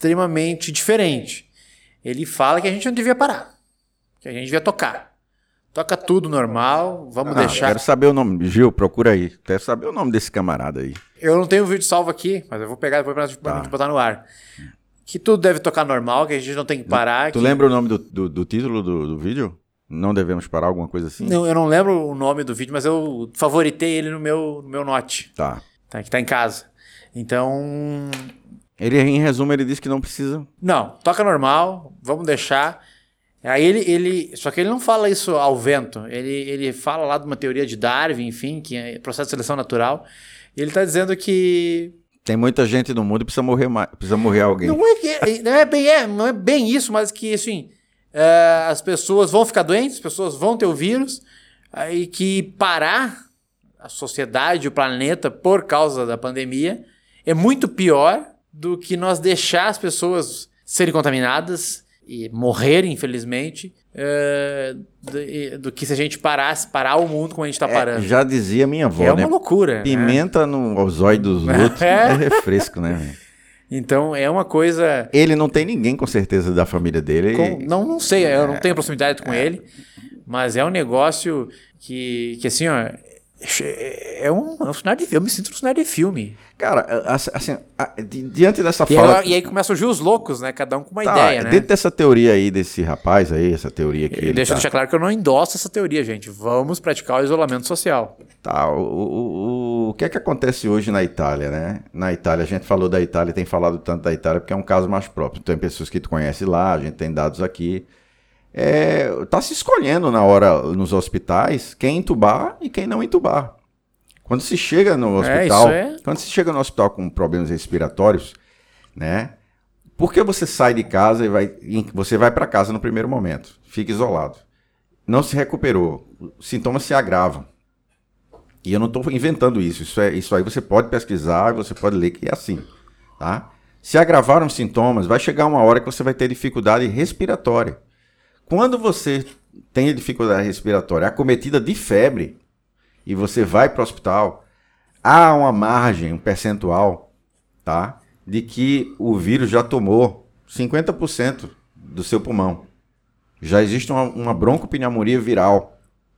extremamente diferente. Ele fala que a gente não devia parar, que a gente devia tocar. Toca tudo normal, vamos deixar... Quero saber o nome. Gil, procura aí. Quero saber o nome desse camarada aí. Eu não tenho o vídeo salvo aqui, mas eu vou pegar depois pra gente botar no ar. Que tudo deve tocar normal, que a gente não tem que parar. Tu lembra o nome do título do vídeo? Não devemos parar, alguma coisa assim? Não, eu não lembro o nome do vídeo, mas eu favoritei ele no meu note. Tá. Que tá em casa. Então... Ele, em resumo, ele disse que não precisa... Não, toca normal, vamos deixar. Aí ele... Só que ele não fala isso ao vento. Ele fala lá de uma teoria de Darwin, enfim, que é processo de seleção natural. E ele tá dizendo que... Tem muita gente no mundo e precisa morrer alguém. Não é bem isso, mas que, assim... as pessoas vão ficar doentes, as pessoas vão ter o vírus, e que parar a sociedade, o planeta, por causa da pandemia, é muito pior do que nós deixar as pessoas serem contaminadas e morrerem, infelizmente, do que se a gente parar o mundo como a gente está parando. Já dizia minha avó, né? Uma loucura. Pimenta no zóio dos outros é refresco, né? Então, é uma coisa... Ele não tem ninguém, com certeza, da família dele. Não sei, eu não tenho proximidade com ele, mas é um negócio que assim, ó, é um cenário de filme, eu me sinto no cenário de filme. Cara, assim, diante dessa fala... E aí começam a surgir os loucos, né? Cada um com uma ideia, né? Dentro dessa teoria aí, desse rapaz aí, essa teoria que ele deixa claro que eu não endosso essa teoria, gente. Vamos praticar o isolamento social. Tá, o que é que acontece hoje na Itália, né? Na Itália, a gente falou da Itália, tem falado tanto da Itália porque é um caso mais próprio. Tem pessoas que tu conhece lá, a gente tem dados aqui. Tá se escolhendo na hora nos hospitais quem entubar e quem não entubar. Quando se chega no hospital, quando se chega no hospital com problemas respiratórios, né? Porque você sai de casa você vai para casa no primeiro momento, fica isolado. Não se recuperou, os sintomas se agravam. E eu não estou inventando isso. Isso aí você pode pesquisar, você pode ler que é assim, tá? Se agravaram os sintomas, vai chegar uma hora que você vai ter dificuldade respiratória. Quando você tem dificuldade respiratória acometida de febre e você vai para o hospital, há uma margem, um percentual, tá? De que o vírus já tomou 50% do seu pulmão. Já existe uma broncopneumonia viral.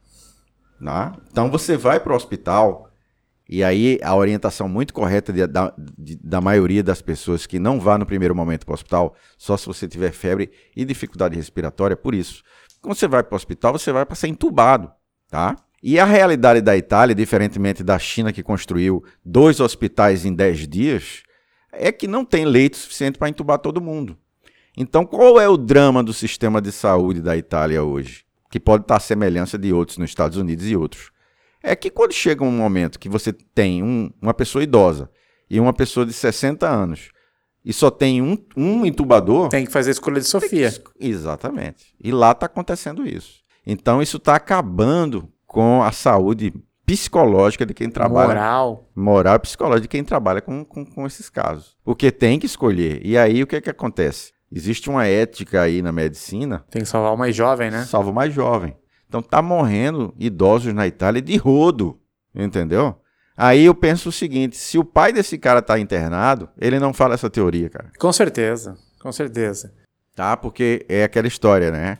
Tá? Então você vai para o hospital e aí a orientação muito correta da maioria das pessoas que não vá no primeiro momento para o hospital, só se você tiver febre e dificuldade respiratória, por isso. Quando você vai para o hospital, você vai para ser entubado, tá? E a realidade da Itália, diferentemente da China que construiu 2 hospitais em 10 dias, é que não tem leito suficiente para entubar todo mundo. Então qual é o drama do sistema de saúde da Itália hoje? Que pode estar à semelhança de outros nos Estados Unidos e outros. É que quando chega um momento que você tem uma pessoa idosa e uma pessoa de 60 anos e só tem um entubador... Tem que fazer a escolha de Sofia. Exatamente. E lá está acontecendo isso. Então isso está acabando com a saúde psicológica de quem trabalha... Moral e psicológica de quem trabalha com esses casos. Porque tem que escolher. E aí o que é que acontece? Existe uma ética aí na medicina... Tem que salvar o mais jovem, né? Salva o mais jovem. Então tá morrendo idosos na Itália de rodo, entendeu? Aí eu penso o seguinte, se o pai desse cara tá internado, ele não fala essa teoria, cara. Com certeza, com certeza. Tá, porque é aquela história, né?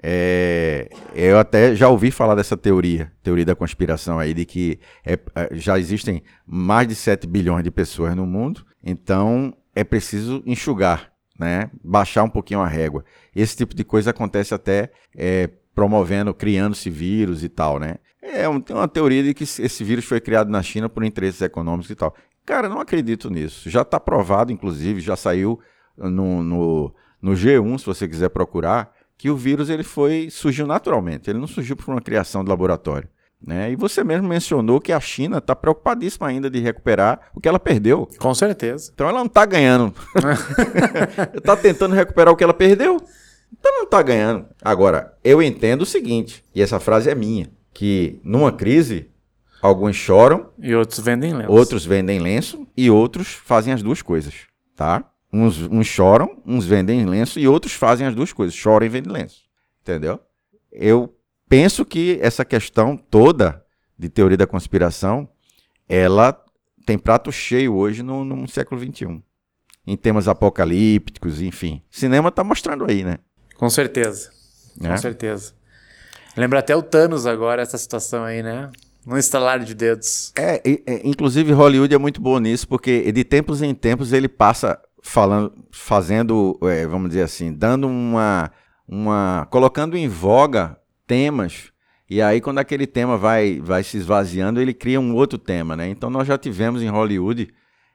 Eu até já ouvi falar dessa teoria da conspiração aí, de que já existem mais de 7 bilhões de pessoas no mundo, então é preciso enxugar. Né? Baixar um pouquinho a régua. Esse tipo de coisa acontece até criando-se vírus e tal, né? Tem uma teoria de que esse vírus foi criado na China por interesses econômicos e tal. Cara, eu não acredito nisso. Já está provado, inclusive, já saiu no G1, se você quiser procurar, que o vírus surgiu naturalmente. Ele não surgiu por uma criação de laboratório. Né? E você mesmo mencionou que a China está preocupadíssima ainda de recuperar o que ela perdeu. Com certeza. Então ela não está ganhando. Está tentando recuperar o que ela perdeu. Então não está ganhando. Agora, eu entendo o seguinte, e essa frase é minha, que numa crise, alguns choram... E outros vendem lenço. Outros vendem lenço e outros fazem as duas coisas. Tá? Uns choram, uns vendem lenço e outros fazem as duas coisas. Choram e vendem lenço. Entendeu? Eu penso que essa questão toda de teoria da conspiração, ela tem prato cheio hoje no século XXI. Em temas apocalípticos, enfim. O cinema está mostrando aí, né? Com certeza. Com certeza. Lembra até o Thanos agora, essa situação aí, né? Num estalar de dedos. Inclusive Hollywood é muito bom nisso, porque de tempos em tempos ele passa fazendo, vamos dizer assim, dando colocando em voga temas, e aí quando aquele tema vai se esvaziando, ele cria um outro tema, né? Então nós já tivemos em Hollywood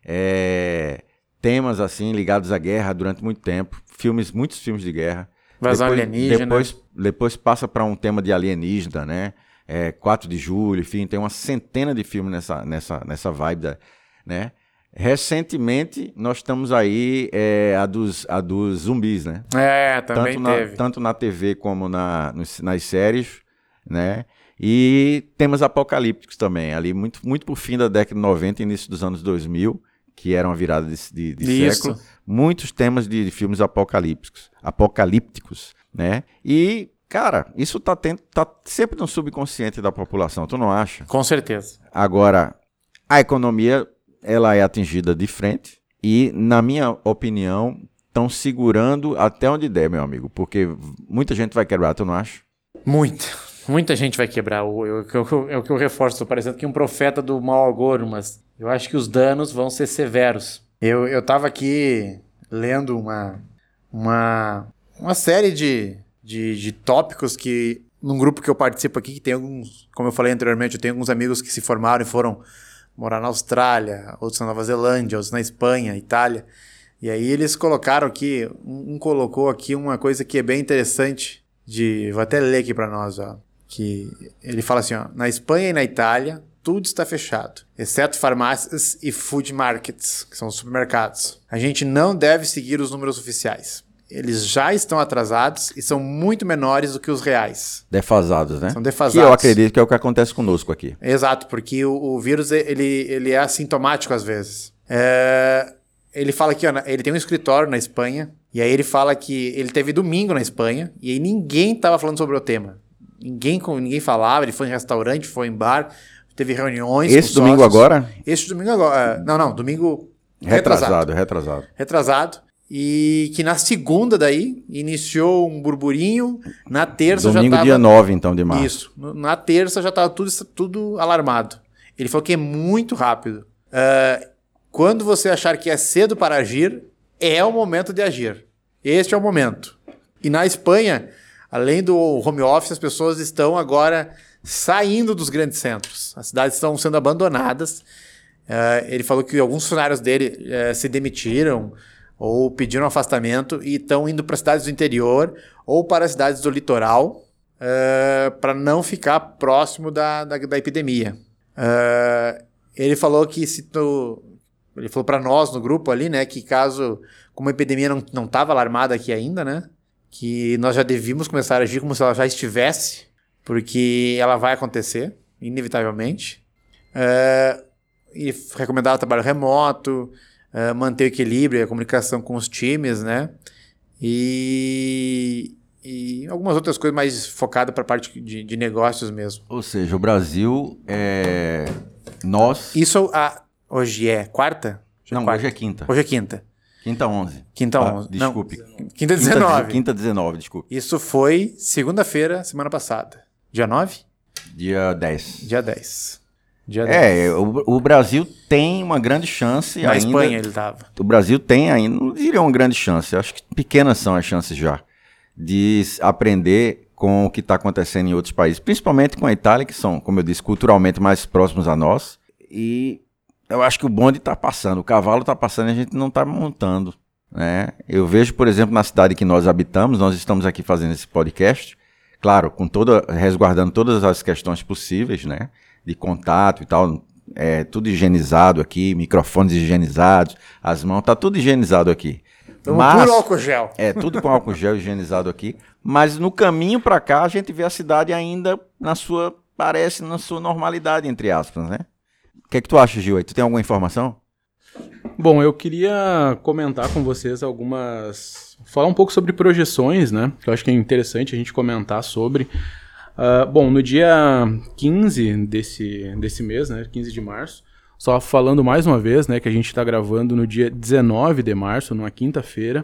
temas assim ligados à guerra durante muito tempo, muitos filmes de guerra. Invasão alienígena. Depois passa para um tema de alienígena, né? 4 de julho, enfim, tem uma centena de filmes nessa vibe, né? Recentemente, nós estamos aí a dos zumbis, né? Também teve. Tanto na TV como nas séries, né? E temas apocalípticos também, ali muito, muito por fim da década de 90 e início dos anos 2000, que era uma virada de século. Muitos temas de filmes apocalípticos, né? E, cara, isso tá sempre no subconsciente da população, tu não acha? Com certeza. Agora, a economia, ela é atingida de frente e, na minha opinião, estão segurando até onde der, meu amigo, porque muita gente vai quebrar, tu não acha? Muita gente vai quebrar. É o que eu reforço. Estou parecendo que um profeta do mau agouro, mas eu acho que os danos vão ser severos. Eu estava aqui lendo uma série de tópicos que, num grupo que eu participo aqui, que tem alguns, como eu falei anteriormente, eu tenho alguns amigos que se formaram e foram morar na Austrália, outros na Nova Zelândia, outros na Espanha, Itália. E aí eles colocaram aqui, colocou aqui uma coisa que é bem interessante, vou até ler aqui para nós, ó, que ele fala assim, ó, na Espanha e na Itália, tudo está fechado, exceto farmácias e food markets, que são os supermercados. A gente não deve seguir os números oficiais. Eles já estão atrasados e são muito menores do que os reais. Defasados, né? São defasados. Que eu acredito que é o que acontece conosco aqui. Exato, porque o vírus ele é assintomático às vezes. Ele fala aqui, ó, ele tem um escritório na Espanha, e aí ele fala que ele teve domingo na Espanha, e aí ninguém estava falando sobre o tema. Ninguém falava, ele foi em restaurante, foi em bar, teve reuniões. Esse domingo agora? Esse domingo agora. Não, domingo retrasado. Retrasado. E que na segunda daí, iniciou um burburinho, na terça domingo, já tava... dia 9, então, de março. Isso. Na terça já estava tudo alarmado. Ele falou que é muito rápido. Quando você achar que é cedo para agir, é o momento de agir. Este é o momento. E na Espanha, além do home office, as pessoas estão agora saindo dos grandes centros. As cidades estão sendo abandonadas. Ele falou que alguns funcionários dele se demitiram ou pediram afastamento e estão indo para cidades do interior ou para cidades do litoral para não ficar próximo da epidemia. Ele falou que ele falou para nós no grupo ali, né, que caso, como a epidemia não estava alarmada aqui ainda, né, que nós já devíamos começar a agir como se ela já estivesse, porque ela vai acontecer, inevitavelmente. E recomendava trabalho remoto, manter o equilíbrio, a comunicação com os times, né, e algumas outras coisas mais focadas para a parte de negócios mesmo. Ou seja, o Brasil nós... Isso hoje é quarta? Hoje é quinta. Hoje é quinta. Quinta 11. Quinta 11. Desculpe. Não, quinta 19. Quinta 19, desculpe. Isso foi segunda-feira, semana passada. Dia 9? Dia 10. Dia 10. Dia 10. O Brasil tem uma grande chance Na ainda... Na Espanha ele estava. O Brasil tem ainda, não diria uma grande chance, acho que pequenas são as chances já, de aprender com o que está acontecendo em outros países, principalmente com a Itália, que são, como eu disse, culturalmente mais próximos a nós. E eu acho que o bonde está passando, o cavalo está passando e a gente não está montando, né? Eu vejo, por exemplo, na cidade que nós habitamos, nós estamos aqui fazendo esse podcast, claro, resguardando todas as questões possíveis, né? De contato e tal, tudo higienizado aqui, microfones higienizados, as mãos, tá tudo higienizado aqui. Puro álcool gel. Tudo com álcool gel higienizado aqui. Mas no caminho para cá, a gente vê a cidade ainda parece na sua normalidade, entre aspas, né? O que é que tu acha, Gil? Aí, tu tem alguma informação? Bom, eu queria comentar com vocês falar um pouco sobre projeções, né? Que eu acho que é interessante a gente comentar sobre. Bom, no dia 15 desse mês, né? 15 de março, só falando mais uma vez, né? Que a gente está gravando no dia 19 de março, numa quinta-feira.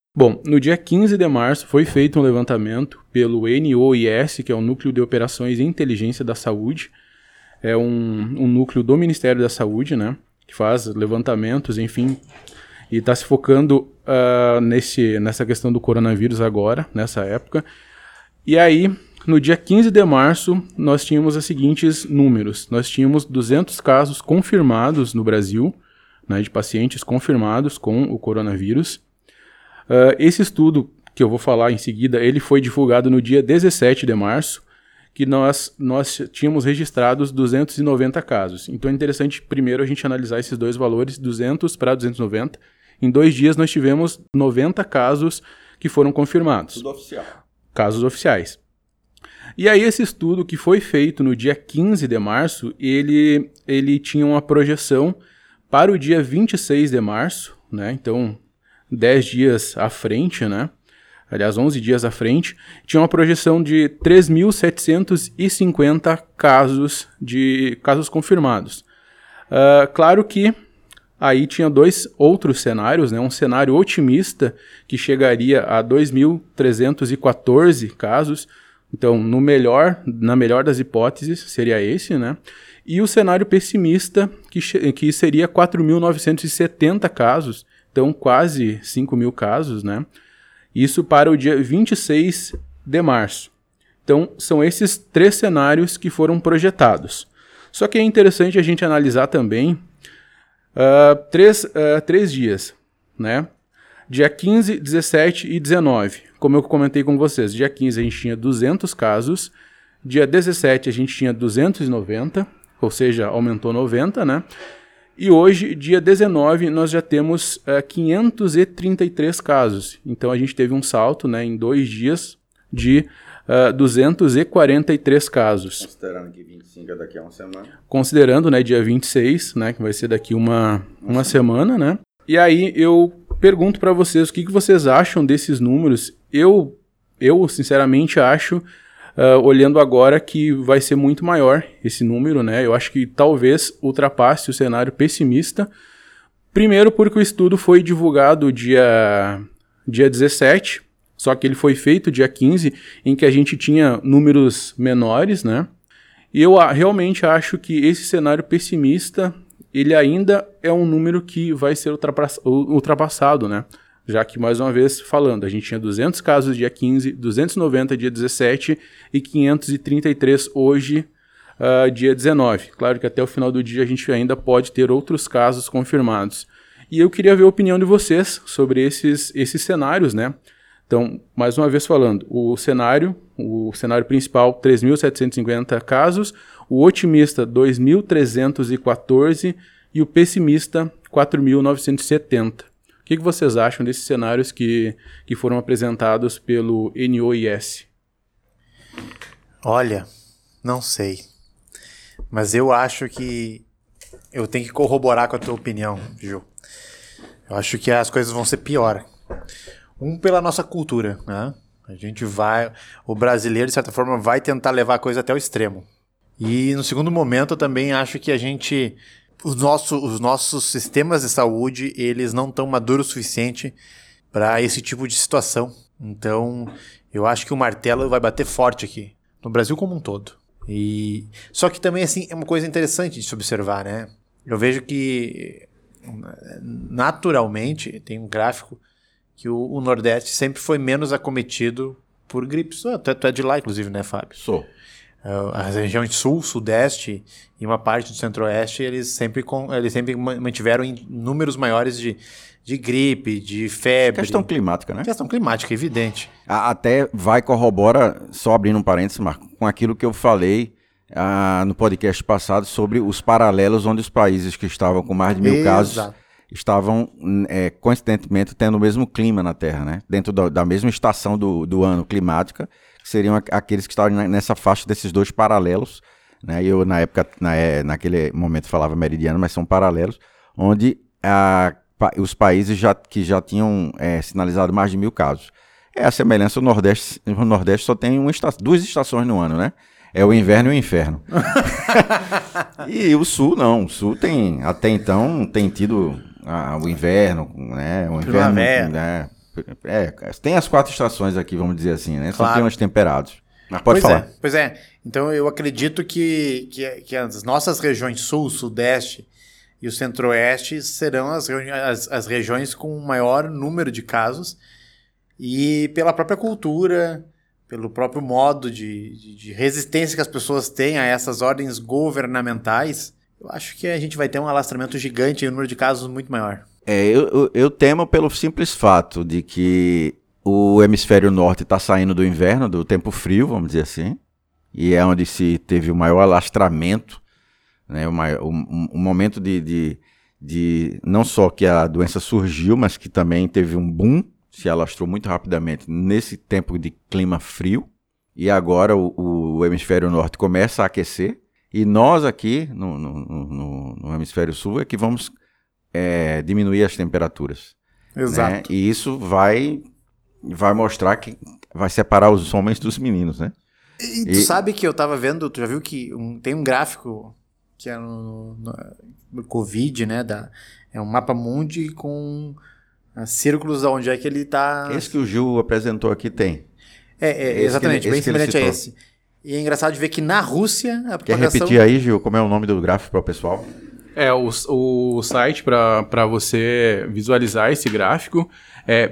Bom, no dia 15 de março foi feito um levantamento pelo NOIS, que é o Núcleo de Operações e Inteligência da Saúde. É um núcleo do Ministério da Saúde, né? Que faz levantamentos, enfim, e está se focando nessa questão do coronavírus agora, nessa época. E aí, no dia 15 de março, nós tínhamos os seguintes números. Nós tínhamos 200 casos confirmados no Brasil, né, de pacientes confirmados com o coronavírus. Esse estudo, que eu vou falar em seguida, ele foi divulgado no dia 17 de março, que nós tínhamos registrados 290 casos. Então é interessante primeiro a gente analisar esses dois valores, 200 para 290. Em 2 dias nós tivemos 90 casos que foram confirmados. Tudo oficial. Casos oficiais. E aí esse estudo que foi feito no dia 15 de março, ele tinha uma projeção para o dia 26 de março, né? Então 10 dias à frente, né? Aliás, 11 dias à frente, tinha uma projeção de 3.750 casos confirmados. Claro que aí tinha 2 outros cenários, né? Um cenário otimista, que chegaria a 2.314 casos. Então, na melhor das hipóteses, seria esse, né? E o cenário pessimista, que seria 4.970 casos. Então, quase 5.000 casos, né? Isso para o dia 26 de março. Então, são esses 3 cenários que foram projetados. Só que é interessante a gente analisar também 3 dias, né? Dia 15, 17 e 19. Como eu comentei com vocês, dia 15 a gente tinha 200 casos, dia 17 a gente tinha 290, ou seja, aumentou 90, né? E hoje, dia 19, nós já temos 533 casos. Então, a gente teve um salto, né, em 2 dias de 243 casos. Considerando que 25 é daqui a uma semana. Considerando, né, dia 26, né, que vai ser daqui uma semana, né? E aí, eu pergunto para vocês, o que vocês acham desses números? Eu sinceramente, acho... olhando agora que vai ser muito maior esse número, né? Eu acho que talvez ultrapasse o cenário pessimista. Primeiro porque o estudo foi divulgado dia 17, só que ele foi feito dia 15, em que a gente tinha números menores, né? E eu realmente acho que esse cenário pessimista, ele ainda é um número que vai ser ultrapassado, né? Já que, mais uma vez, falando, a gente tinha 200 casos dia 15, 290 dia 17 e 533 hoje, dia 19. Claro que até o final do dia a gente ainda pode ter outros casos confirmados. E eu queria ver a opinião de vocês sobre esses cenários, né? Então, mais uma vez falando, o cenário principal, 3.750 casos, o otimista, 2.314 e o pessimista, 4.970. O que vocês acham desses cenários que foram apresentados pelo NOIS? Olha, não sei. Mas eu acho que eu tenho que corroborar com a tua opinião, Gil. Eu acho que as coisas vão ser pior. Pela nossa cultura, né? O brasileiro, de certa forma, vai tentar levar a coisa até o extremo. E no segundo momento, eu também acho que os nossos sistemas de saúde, eles não estão maduros o suficiente para esse tipo de situação. Então, eu acho que o martelo vai bater forte aqui, no Brasil como um todo. Só que também, assim, é uma coisa interessante de se observar, né? Eu vejo que, naturalmente, tem um gráfico que o Nordeste sempre foi menos acometido por gripes. Tu é de lá, inclusive, né, Fábio? Sou. A região Sul, Sudeste e uma parte do Centro-Oeste, eles sempre mantiveram em números maiores de gripe, de febre. Questão climática, né? Questão climática, evidente. Até corrobora, só abrindo um parênteses, Marco, com aquilo que eu falei no podcast passado sobre os paralelos onde os países que estavam com mais de 1.000 casos estavam, coincidentemente, tendo o mesmo clima na Terra, né? Dentro da mesma estação do ano climática, que seriam aqueles que estavam nessa faixa desses 2 paralelos, né? Eu, na época, naquele momento, falava meridiano, mas são paralelos, onde os países que já tinham sinalizado mais de 1.000 casos. É a semelhança do Nordeste. O Nordeste só tem 2 estações no ano, né? É o inverno e o inferno. E o Sul, não. O Sul até então, tem tido o inverno, né? O inverno, né? Tem as 4 estações aqui, vamos dizer assim, né? São Claro. climas temperados. Mas pode falar. Pois é. Então eu acredito que as nossas regiões sul, sudeste e o centro-oeste serão as regiões com o maior número de casos, e pela própria cultura, pelo próprio modo de resistência que as pessoas têm a essas ordens governamentais, eu acho que a gente vai ter um alastramento gigante e um número de casos muito maior. Eu temo pelo simples fato de que o hemisfério norte está saindo do inverno, do tempo frio, vamos dizer assim, e é onde se teve o maior alastramento, né, o momento de não só que a doença surgiu, mas que também teve um boom, se alastrou muito rapidamente nesse tempo de clima frio, e agora o hemisfério norte começa a aquecer, e nós aqui no hemisfério sul é que vamos diminuir as temperaturas. Exato. Né? E isso vai mostrar que vai separar os homens dos meninos, né? E tu sabe que eu tava vendo, tu já viu que tem um gráfico que é no Covid, né? É um mapa mundi com círculos onde é que ele tá... Esse que o Gil apresentou aqui tem. Exatamente, bem semelhante a citou. esse. E é engraçado de ver que na Rússia a Quer propagação... repetir aí, Gil, como é o nome do gráfico para o pessoal? O site para você visualizar esse gráfico é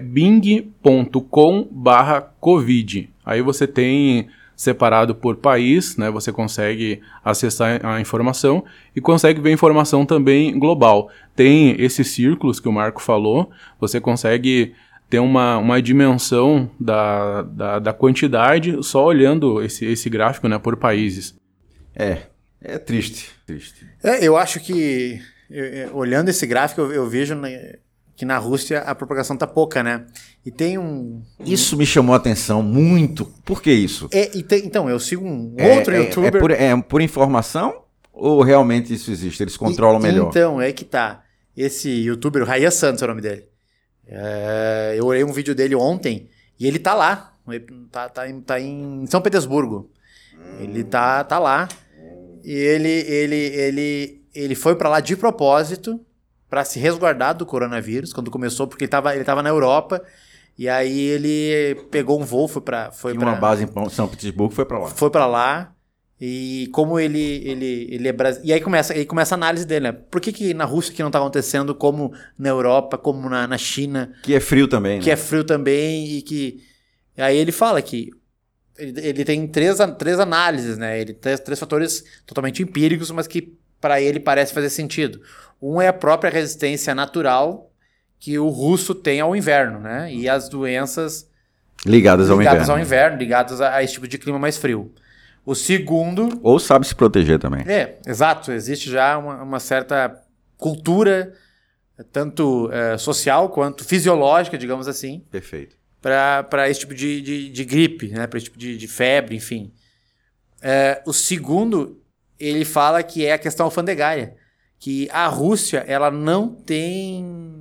bing.com/covid. Aí você tem separado por país, né? Você consegue acessar a informação e consegue ver a informação também global. Tem esses círculos que o Marco falou, você consegue ter uma dimensão da quantidade só olhando esse gráfico, né, por países. É triste. eu acho que, olhando esse gráfico, eu vejo que na Rússia a propagação tá pouca, né? E tem Isso me chamou a atenção muito. Por que isso? Então, eu sigo um outro youtuber... É por informação ou realmente isso existe? Eles controlam melhor? Então, é que tá. Esse youtuber, o Raya Santos é o nome dele. Eu olhei um vídeo dele ontem e ele tá lá. Ele tá em São Petersburgo. Ele tá lá. E ele foi pra lá de propósito para se resguardar do coronavírus quando começou, porque ele tava na Europa, e aí ele pegou um voo, foi para uma base em São Petersburgo, foi para lá, e como ele é brasileiro, e aí começa a análise dele, né? Por que na Rússia que não tá acontecendo como na Europa, como na China, que é frio também, que é frio também, e aí ele fala que ele tem três análises, né? Ele tem três fatores totalmente empíricos, mas que para ele parece fazer sentido. Um é a própria resistência natural que o russo tem ao inverno, né? E as doenças ligadas ao inverno, ligadas a esse tipo de clima mais frio. O segundo... Ou sabe se proteger também. Exato. Existe já uma certa cultura, tanto social quanto fisiológica, digamos assim. Perfeito. Para esse tipo de gripe, né? Para esse tipo de febre, enfim. O segundo, ele fala que é a questão alfandegária. Que a Rússia, ela não tem...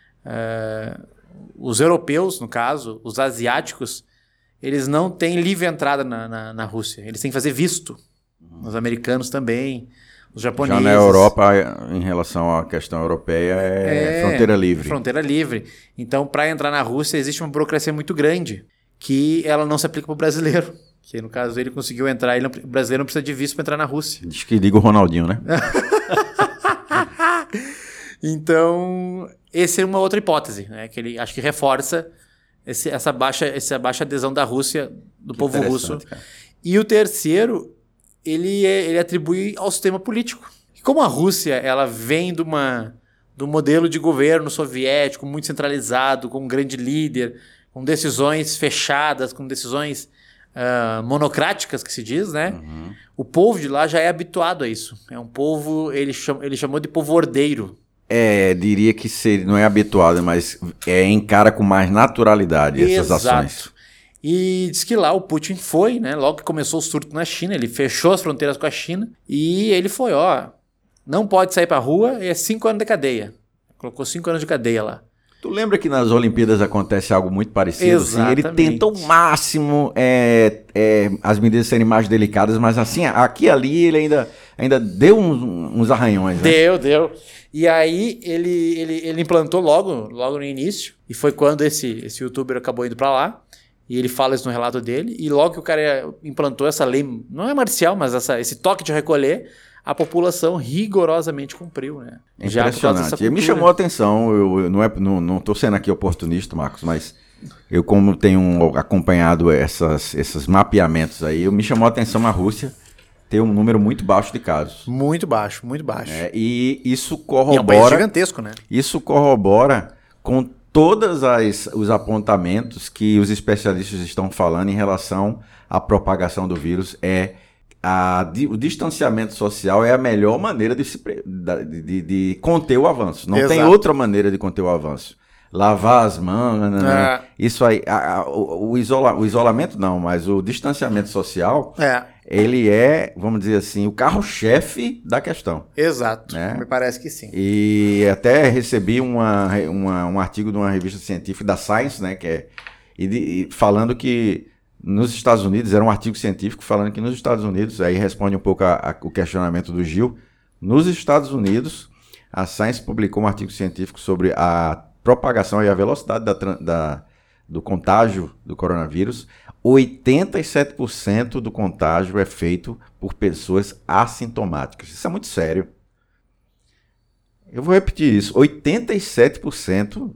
os europeus, no caso, os asiáticos, eles não têm livre entrada na Rússia. Eles têm que fazer visto. Os americanos também, os japoneses. Já na Europa, em relação à questão europeia, é fronteira livre. Fronteira livre. Então, para entrar na Rússia, existe uma burocracia muito grande, que ela não se aplica para o brasileiro. Que, no caso, ele conseguiu entrar, o brasileiro não precisa de visto para entrar na Rússia. Diz que liga o Ronaldinho, né? Então, essa é uma outra hipótese, né? Que ele acho que reforça essa baixa adesão da Rússia, do povo russo. Cara. E o terceiro, ele atribui ao sistema político. Como a Rússia ela vem do modelo de governo soviético, muito centralizado, com um grande líder, com decisões fechadas, com decisões monocráticas, que se diz, né? Uhum. O povo de lá já é habituado a isso. É um povo, ele chamou de povo ordeiro. Diria que não é habituado, mas encara com mais naturalidade essas ações. E diz que lá o Putin foi, né? Logo que começou o surto na China, ele fechou as fronteiras com a China e ele foi, não pode sair pra rua, 5 anos de cadeia. Colocou 5 anos de cadeia lá. Tu lembra que nas Olimpíadas acontece algo muito parecido? Exatamente. Assim? Ele tenta ao máximo as medidas serem mais delicadas, mas assim, aqui e ali ele ainda deu uns arranhões, né? Deu. E aí ele implantou logo no início, e foi quando esse youtuber acabou indo pra lá, e ele fala isso no relato dele, e logo que o cara implantou essa lei, não é marcial, mas esse toque de recolher, a população rigorosamente cumpriu, né? Já por causa dessa cultura. Me chamou a atenção, eu não estou sendo aqui oportunista, Marcos, mas eu como tenho acompanhado esses mapeamentos aí, me chamou a atenção a Rússia ter um número muito baixo de casos. Muito baixo. E isso corrobora... E é um país gigantesco, né? Isso corrobora com todos os apontamentos que os especialistas estão falando em relação à propagação do vírus. O distanciamento social é a melhor maneira de conter o avanço. Não tem outra maneira de conter o avanço. Lavar as mãos, né? Isso aí, o isolamento não, mas o distanciamento social, ele é, vamos dizer assim, o carro-chefe da questão. Exato, né? Me parece que sim. E até recebi um artigo de uma revista científica da Science, né, falando que nos Estados Unidos, era um artigo científico falando que nos Estados Unidos, aí responde um pouco o questionamento do Gil, nos Estados Unidos, a Science publicou um artigo científico sobre a propagação e a velocidade do contágio do coronavírus. 87% do contágio é feito por pessoas assintomáticas. Isso é muito sério. Eu vou repetir isso. 87%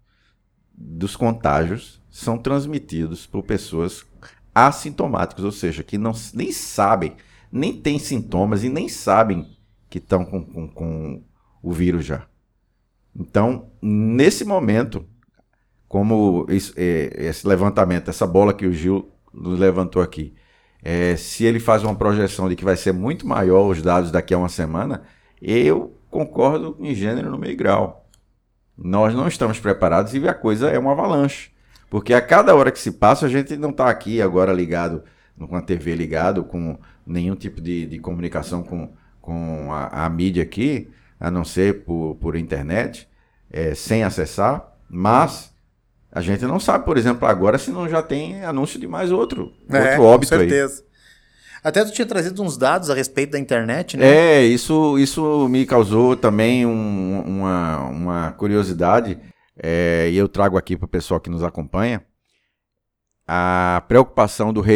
dos contágios são transmitidos por pessoas assintomáticas, ou seja, que nem sabem, nem têm sintomas e nem sabem que estão com o vírus já. Então, nesse momento, como esse levantamento, essa bola que o Gil nos levantou aqui, se ele faz uma projeção de que vai ser muito maior os dados daqui a uma semana, eu concordo em gênero, número e grau. Nós não estamos preparados e a coisa é uma avalanche. Porque a cada hora que se passa, a gente não está aqui agora ligado, com a TV ligado, com nenhum tipo de comunicação com a mídia aqui, a não ser por internet, sem acessar, mas a gente não sabe, por exemplo, agora se não já tem anúncio de mais outro óbito aí. Com certeza. Até tu tinha trazido uns dados a respeito da internet, né? Isso me causou também uma curiosidade, e eu trago aqui para o pessoal que nos acompanha, a preocupação da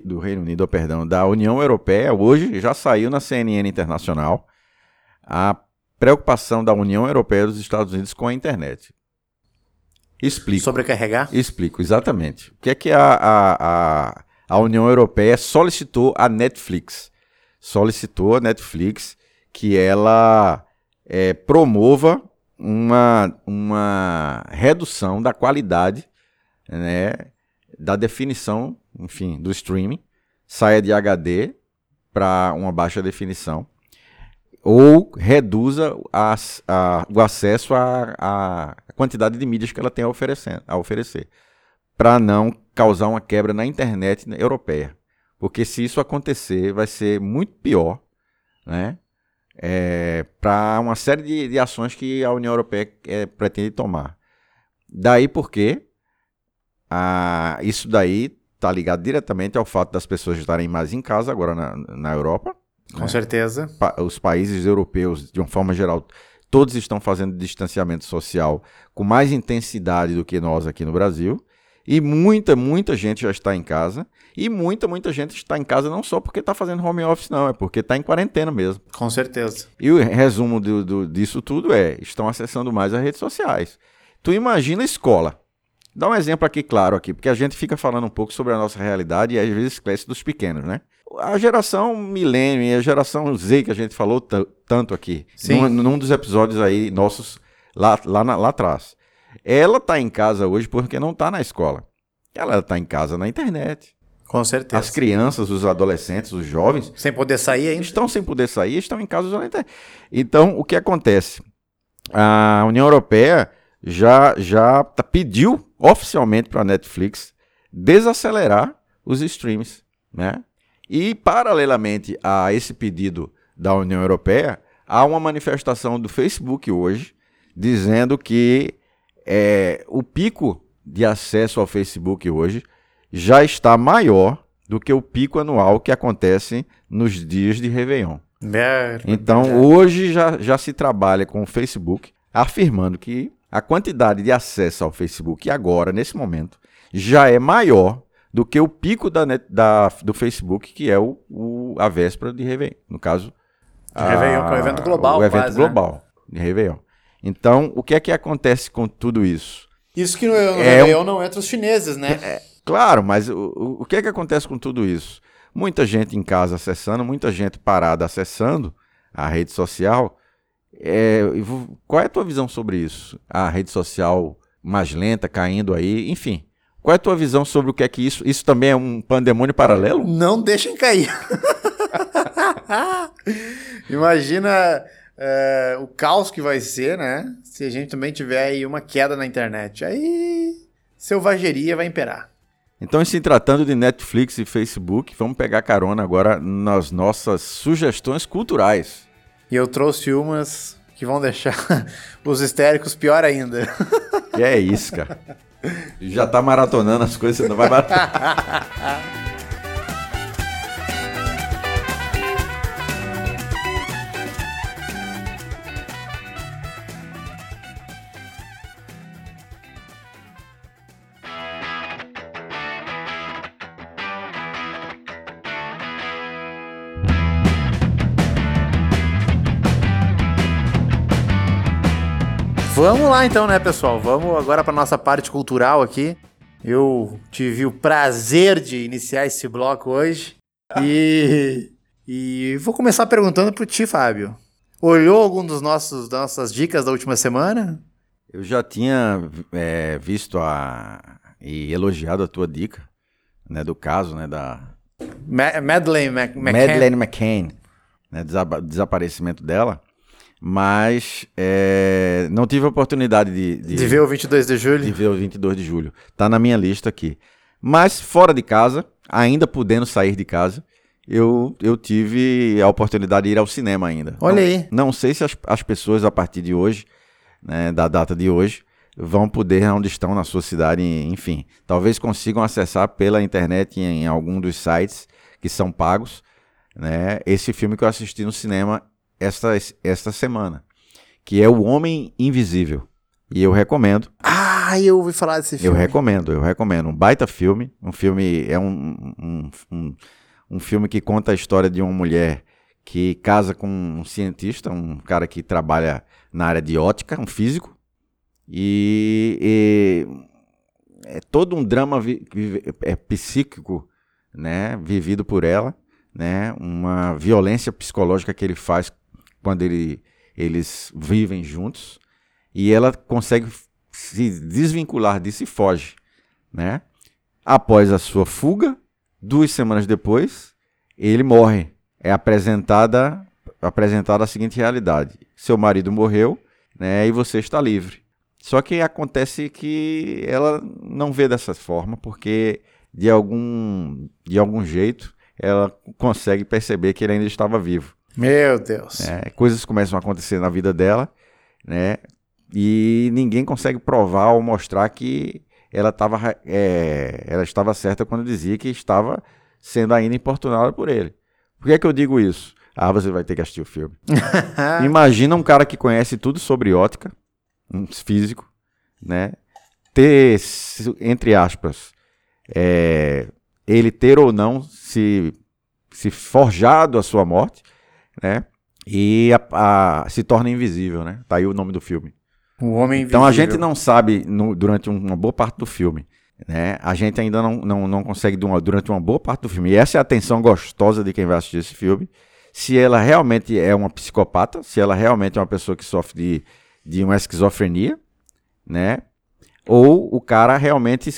União Europeia, hoje já saiu na CNN Internacional, a preocupação da União Europeia e dos Estados Unidos com a internet. Explico. Sobrecarregar? Explico, exatamente. O que é que a União Europeia solicitou à Netflix? Solicitou à Netflix que ela promova uma redução da qualidade, né, da definição, enfim, do streaming, saia de HD para uma baixa definição, ou reduza o acesso à quantidade de mídias que ela tem a oferecer, para não causar uma quebra na internet europeia. Porque se isso acontecer, vai ser muito pior, né, para uma série de ações que a União Europeia pretende tomar. Daí porque isso daí está ligado diretamente ao fato das pessoas estarem mais em casa agora na Europa. Com certeza. Os países europeus, de uma forma geral, todos estão fazendo distanciamento social com mais intensidade do que nós aqui no Brasil. E muita gente já está em casa. E muita gente está em casa não só porque está fazendo home office, não. É porque está em quarentena mesmo. Com certeza. E o resumo disso tudo estão acessando mais as redes sociais. Tu imagina a escola. Dá um exemplo aqui claro, porque a gente fica falando um pouco sobre a nossa realidade e às vezes esquece dos pequenos, né? A geração milênio e a geração Z que a gente falou tanto aqui, num dos episódios aí nossos lá atrás. Ela está em casa hoje porque não está na escola. Ela está em casa na internet. Com certeza. As crianças, os adolescentes, os jovens... Sem poder sair ainda. Estão sem poder sair, estão em casa usando a internet. Então, o que acontece? A União Europeia já pediu oficialmente para a Netflix desacelerar os streams, né? E, paralelamente a esse pedido da União Europeia, há uma manifestação do Facebook hoje dizendo que o pico de acesso ao Facebook hoje já está maior do que o pico anual que acontece nos dias de Réveillon. Então, hoje já se trabalha com o Facebook, afirmando que a quantidade de acesso ao Facebook agora, nesse momento, já é maior do que o pico do Facebook, que é a véspera de Réveillon. No caso, Réveillon, que é o evento global. O evento global de Réveillon. Então, o que é que acontece com tudo isso? Isso que no Réveillon não entra os chineses, né? Claro, mas o que é que acontece com tudo isso? Muita gente em casa acessando, muita gente parada acessando a rede social. Qual é a tua visão sobre isso? A rede social mais lenta, caindo aí, enfim. Qual é a tua visão sobre o que é que isso... Isso também é um pandemônio paralelo? Não deixem cair. Imagina o caos que vai ser, né? Se a gente também tiver aí uma queda na internet. Aí selvageria vai imperar. Então, se tratando de Netflix e Facebook, vamos pegar carona agora nas nossas sugestões culturais. E eu trouxe umas que vão deixar os histéricos pior ainda. Que é isso, cara. Já tá maratonando as coisas, você não vai maratonar. Vamos lá então, né, pessoal? Vamos agora para nossa parte cultural aqui. Eu tive o prazer de iniciar esse bloco hoje. E vou começar perguntando pro Ti, Fábio. Olhou algum das nossas dicas da última semana? Eu já tinha visto e elogiado a tua dica, né, do caso, né, da... Madeleine McCann, né, desaparecimento dela. Mas não tive a oportunidade de ver o 22 de julho. De ver o 22 de julho. Tá na minha lista aqui. Mas fora de casa, ainda podendo sair de casa, eu tive a oportunidade de ir ao cinema ainda. Olha aí. Não sei se as pessoas, a partir de hoje, né, da data de hoje, vão poder, onde estão na sua cidade, enfim. Talvez consigam acessar pela internet em algum dos sites que são pagos, né, esse filme que eu assisti no cinema esta semana, que é O Homem Invisível. E eu recomendo. Eu ouvi falar desse filme. Eu recomendo. Um baita filme. Um filme um filme que conta a história de uma mulher que casa com um cientista, um cara que trabalha na área de ótica, um físico. E é todo um drama psíquico, né, vivido por ela, né, uma violência psicológica que ele faz quando eles vivem juntos, e ela consegue se desvincular disso e foge, né? Após a sua fuga, 2 semanas depois, ele morre. É apresentada a seguinte realidade: seu marido morreu, né, e você está livre. Só que acontece que ela não vê dessa forma, porque de algum jeito ela consegue perceber que ele ainda estava vivo. Meu Deus. Coisas começam a acontecer na vida dela, né? E ninguém consegue provar ou mostrar que ela estava certa quando dizia que estava sendo ainda importunada por ele. Por que é que eu digo isso? Você vai ter que assistir o filme. Imagina um cara que conhece tudo sobre ótica, um físico, né? Ter, entre aspas, ele ter ou não se forjado a sua morte, né? E se torna invisível, né? Tá aí o nome do filme. O Homem Invisível. Então a gente não sabe durante uma boa parte do filme, né? A gente ainda não consegue durante uma boa parte do filme. E essa é a atenção gostosa de quem vai assistir esse filme. Se ela realmente é uma psicopata, se ela realmente é uma pessoa que sofre de uma esquizofrenia, né? Ou o cara realmente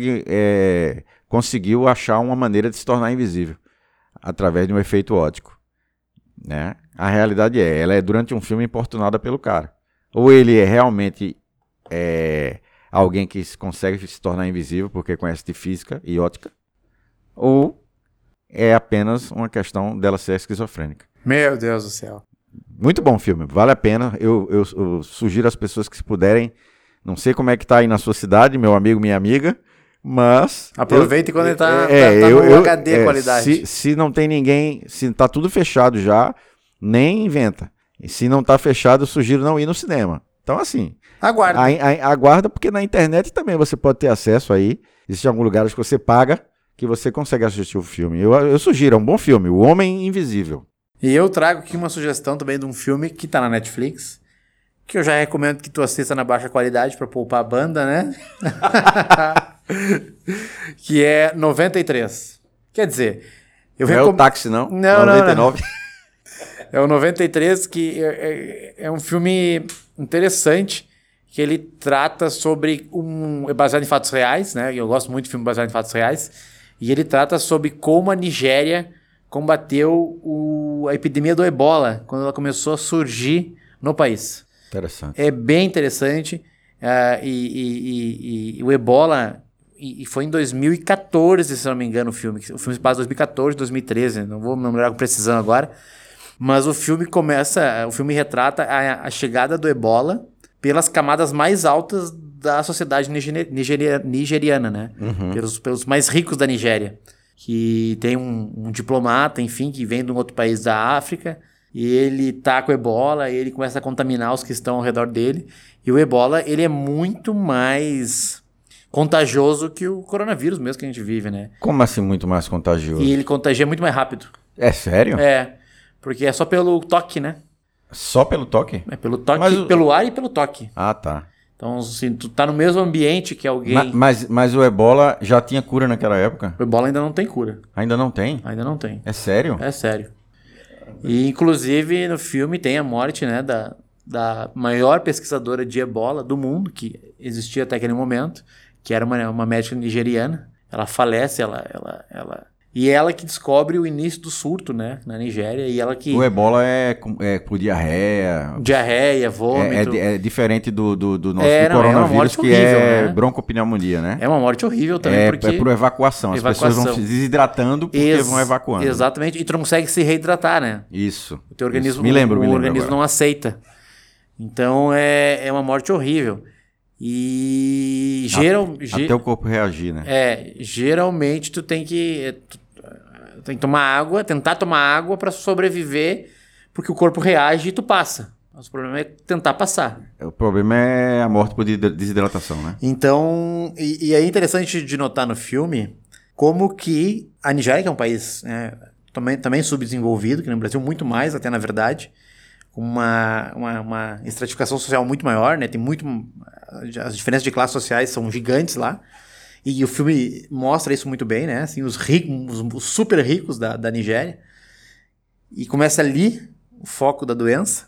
conseguiu achar uma maneira de se tornar invisível através de um efeito óptico, né? A realidade ela é durante um filme importunada pelo cara. Ou ele é realmente alguém que consegue se tornar invisível porque conhece de física e ótica, ou é apenas uma questão dela ser esquizofrênica. Meu Deus do céu. Muito bom filme, vale a pena. Eu sugiro às pessoas que, se puderem, não sei como é que tá aí na sua cidade, meu amigo, minha amiga, mas... Aproveite quando ele tá no HD qualidade. Se não tem ninguém, se tá tudo fechado já, nem inventa. E se não tá fechado, eu sugiro não ir no cinema. Então, assim, Aguarda. aguarda, porque na internet também você pode ter acesso aí. Existe alguns lugares que você paga, que você consegue assistir o filme. Eu sugiro, é um bom filme, O Homem Invisível. E eu trago aqui uma sugestão também de um filme que tá na Netflix, que eu já recomendo que tu assista na baixa qualidade pra poupar a banda, né? Que é 93. Quer dizer... Não é o Táxi, não? Não, 99. É o 93, que é um filme interessante, que ele trata sobre é baseado em fatos reais, né? Eu gosto muito de filme baseado em fatos reais. E ele trata sobre como a Nigéria combateu a epidemia do Ebola, quando ela começou a surgir no país. Interessante. É bem interessante. E o Ebola... E foi em 2014, se não me engano, o filme. O filme se passa em 2014, 2013. Não vou me lembrar com precisão agora. Mas o filme retrata a chegada do Ebola pelas camadas mais altas da sociedade nigeriana, né? Uhum. Pelos mais ricos da Nigéria. Que tem um diplomata, enfim, que vem de um outro país da África, e ele tá com o Ebola, e ele começa a contaminar os que estão ao redor dele. E o Ebola, ele é muito mais contagioso que o coronavírus mesmo que a gente vive, né? Como assim muito mais contagioso? E ele contagia muito mais rápido. É sério? É, porque é só pelo toque, né? Só pelo toque? É pelo toque, pelo ar e pelo toque. Ah, tá. Então, se tu tá no mesmo ambiente que alguém... Mas o Ebola já tinha cura naquela época? O Ebola ainda não tem cura. Ainda não tem? Ainda não tem. É sério? É sério. E, inclusive, no filme tem a morte, né, da maior pesquisadora de Ebola do mundo, que existia até aquele momento, que era uma médica nigeriana. Ela falece, e ela que descobre o início do surto, né, na Nigéria, e ela que... O Ebola é por diarreia. Diarreia, vômito. É diferente do nosso É uma coronavírus, morte que horrível, é né? broncopneumonia, né? É uma morte horrível também, porque... É por evacuação. As pessoas vão se desidratando porque vão evacuando. Exatamente, e tu não consegue se reidratar, né? Isso. O teu organismo, isso. Me lembro o organismo agora. não aceita. Então, é uma morte horrível. E... Até o corpo reagir, né? Geralmente tu tem que tomar água, tentar tomar água para sobreviver, porque o corpo reage e tu passa. Mas o problema é tentar passar. O problema é a morte por desidratação, né? Então, e é interessante de notar no filme como que a Nigéria, que é um país, né, também subdesenvolvido, que no Brasil muito mais, até na verdade, com uma estratificação social muito maior, né? Tem muito... As diferenças de classes sociais são gigantes lá. E o filme mostra isso muito bem, né? Assim, os super ricos da Nigéria. E começa ali o foco da doença.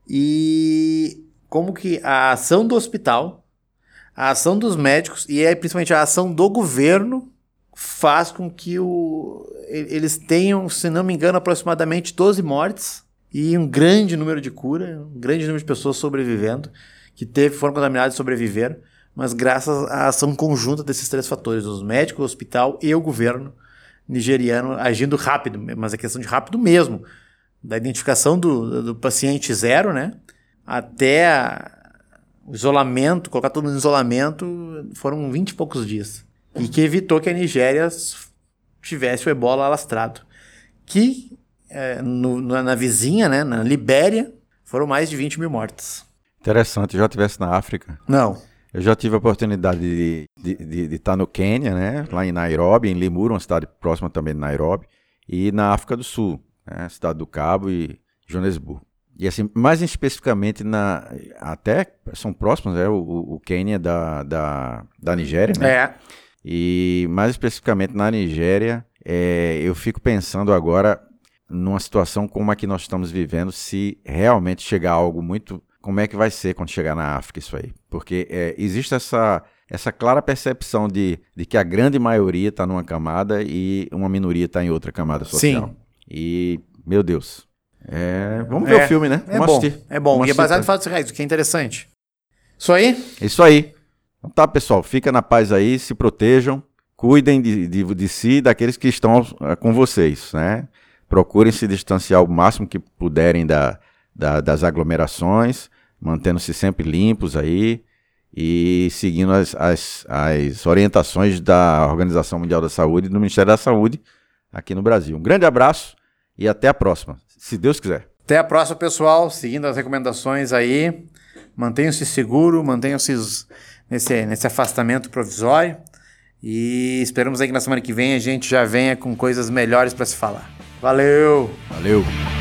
E como que a ação do hospital, a ação dos médicos e principalmente a ação do governo faz com que eles tenham, se não me engano, aproximadamente 12 mortes e um grande número de cura, um grande número de pessoas sobrevivendo, que foram contaminadas e sobreviveram, mas graças à ação conjunta desses três fatores, os médicos, o hospital e o governo nigeriano agindo rápido, mas é questão de rápido mesmo, da identificação do paciente zero, né, até o isolamento, colocar todo mundo em isolamento, foram 20 e poucos dias. E que evitou que a Nigéria tivesse o Ebola alastrado. Que na vizinha, né, na Libéria, foram mais de 20 mil mortes. Interessante, eu já estivesse na África. Não. Eu já tive a oportunidade de estar no Quênia, né, lá em Nairobi, em Limuru, uma cidade próxima também de Nairobi, e na África do Sul, né, Cidade do Cabo e Joanesburgo. E assim, mais especificamente, até são próximos, o Quênia da Nigéria, né? E mais especificamente na Nigéria, eu fico pensando agora numa situação como a que nós estamos vivendo, se realmente chegar algo muito... Como é que vai ser quando chegar na África isso aí? Porque existe essa clara percepção de que a grande maioria está numa camada e uma minoria está em outra camada social. Sim. E, meu Deus, vamos ver o filme, né? Vamos assistir. É bom, e é baseado em fatos reais, o que é interessante. Isso aí? Isso aí. Então tá, pessoal, fica na paz aí, se protejam, cuidem de si e daqueles que estão com vocês, né? Procurem se distanciar o máximo que puderem das aglomerações, mantendo-se sempre limpos aí e seguindo as orientações da Organização Mundial da Saúde e do Ministério da Saúde aqui no Brasil. Um grande abraço e até a próxima, se Deus quiser. Até a próxima, pessoal. Seguindo as recomendações aí. Mantenham-se seguros, mantenham-se nesse afastamento provisório. E esperamos aí que na semana que vem a gente já venha com coisas melhores para se falar. Valeu! Valeu!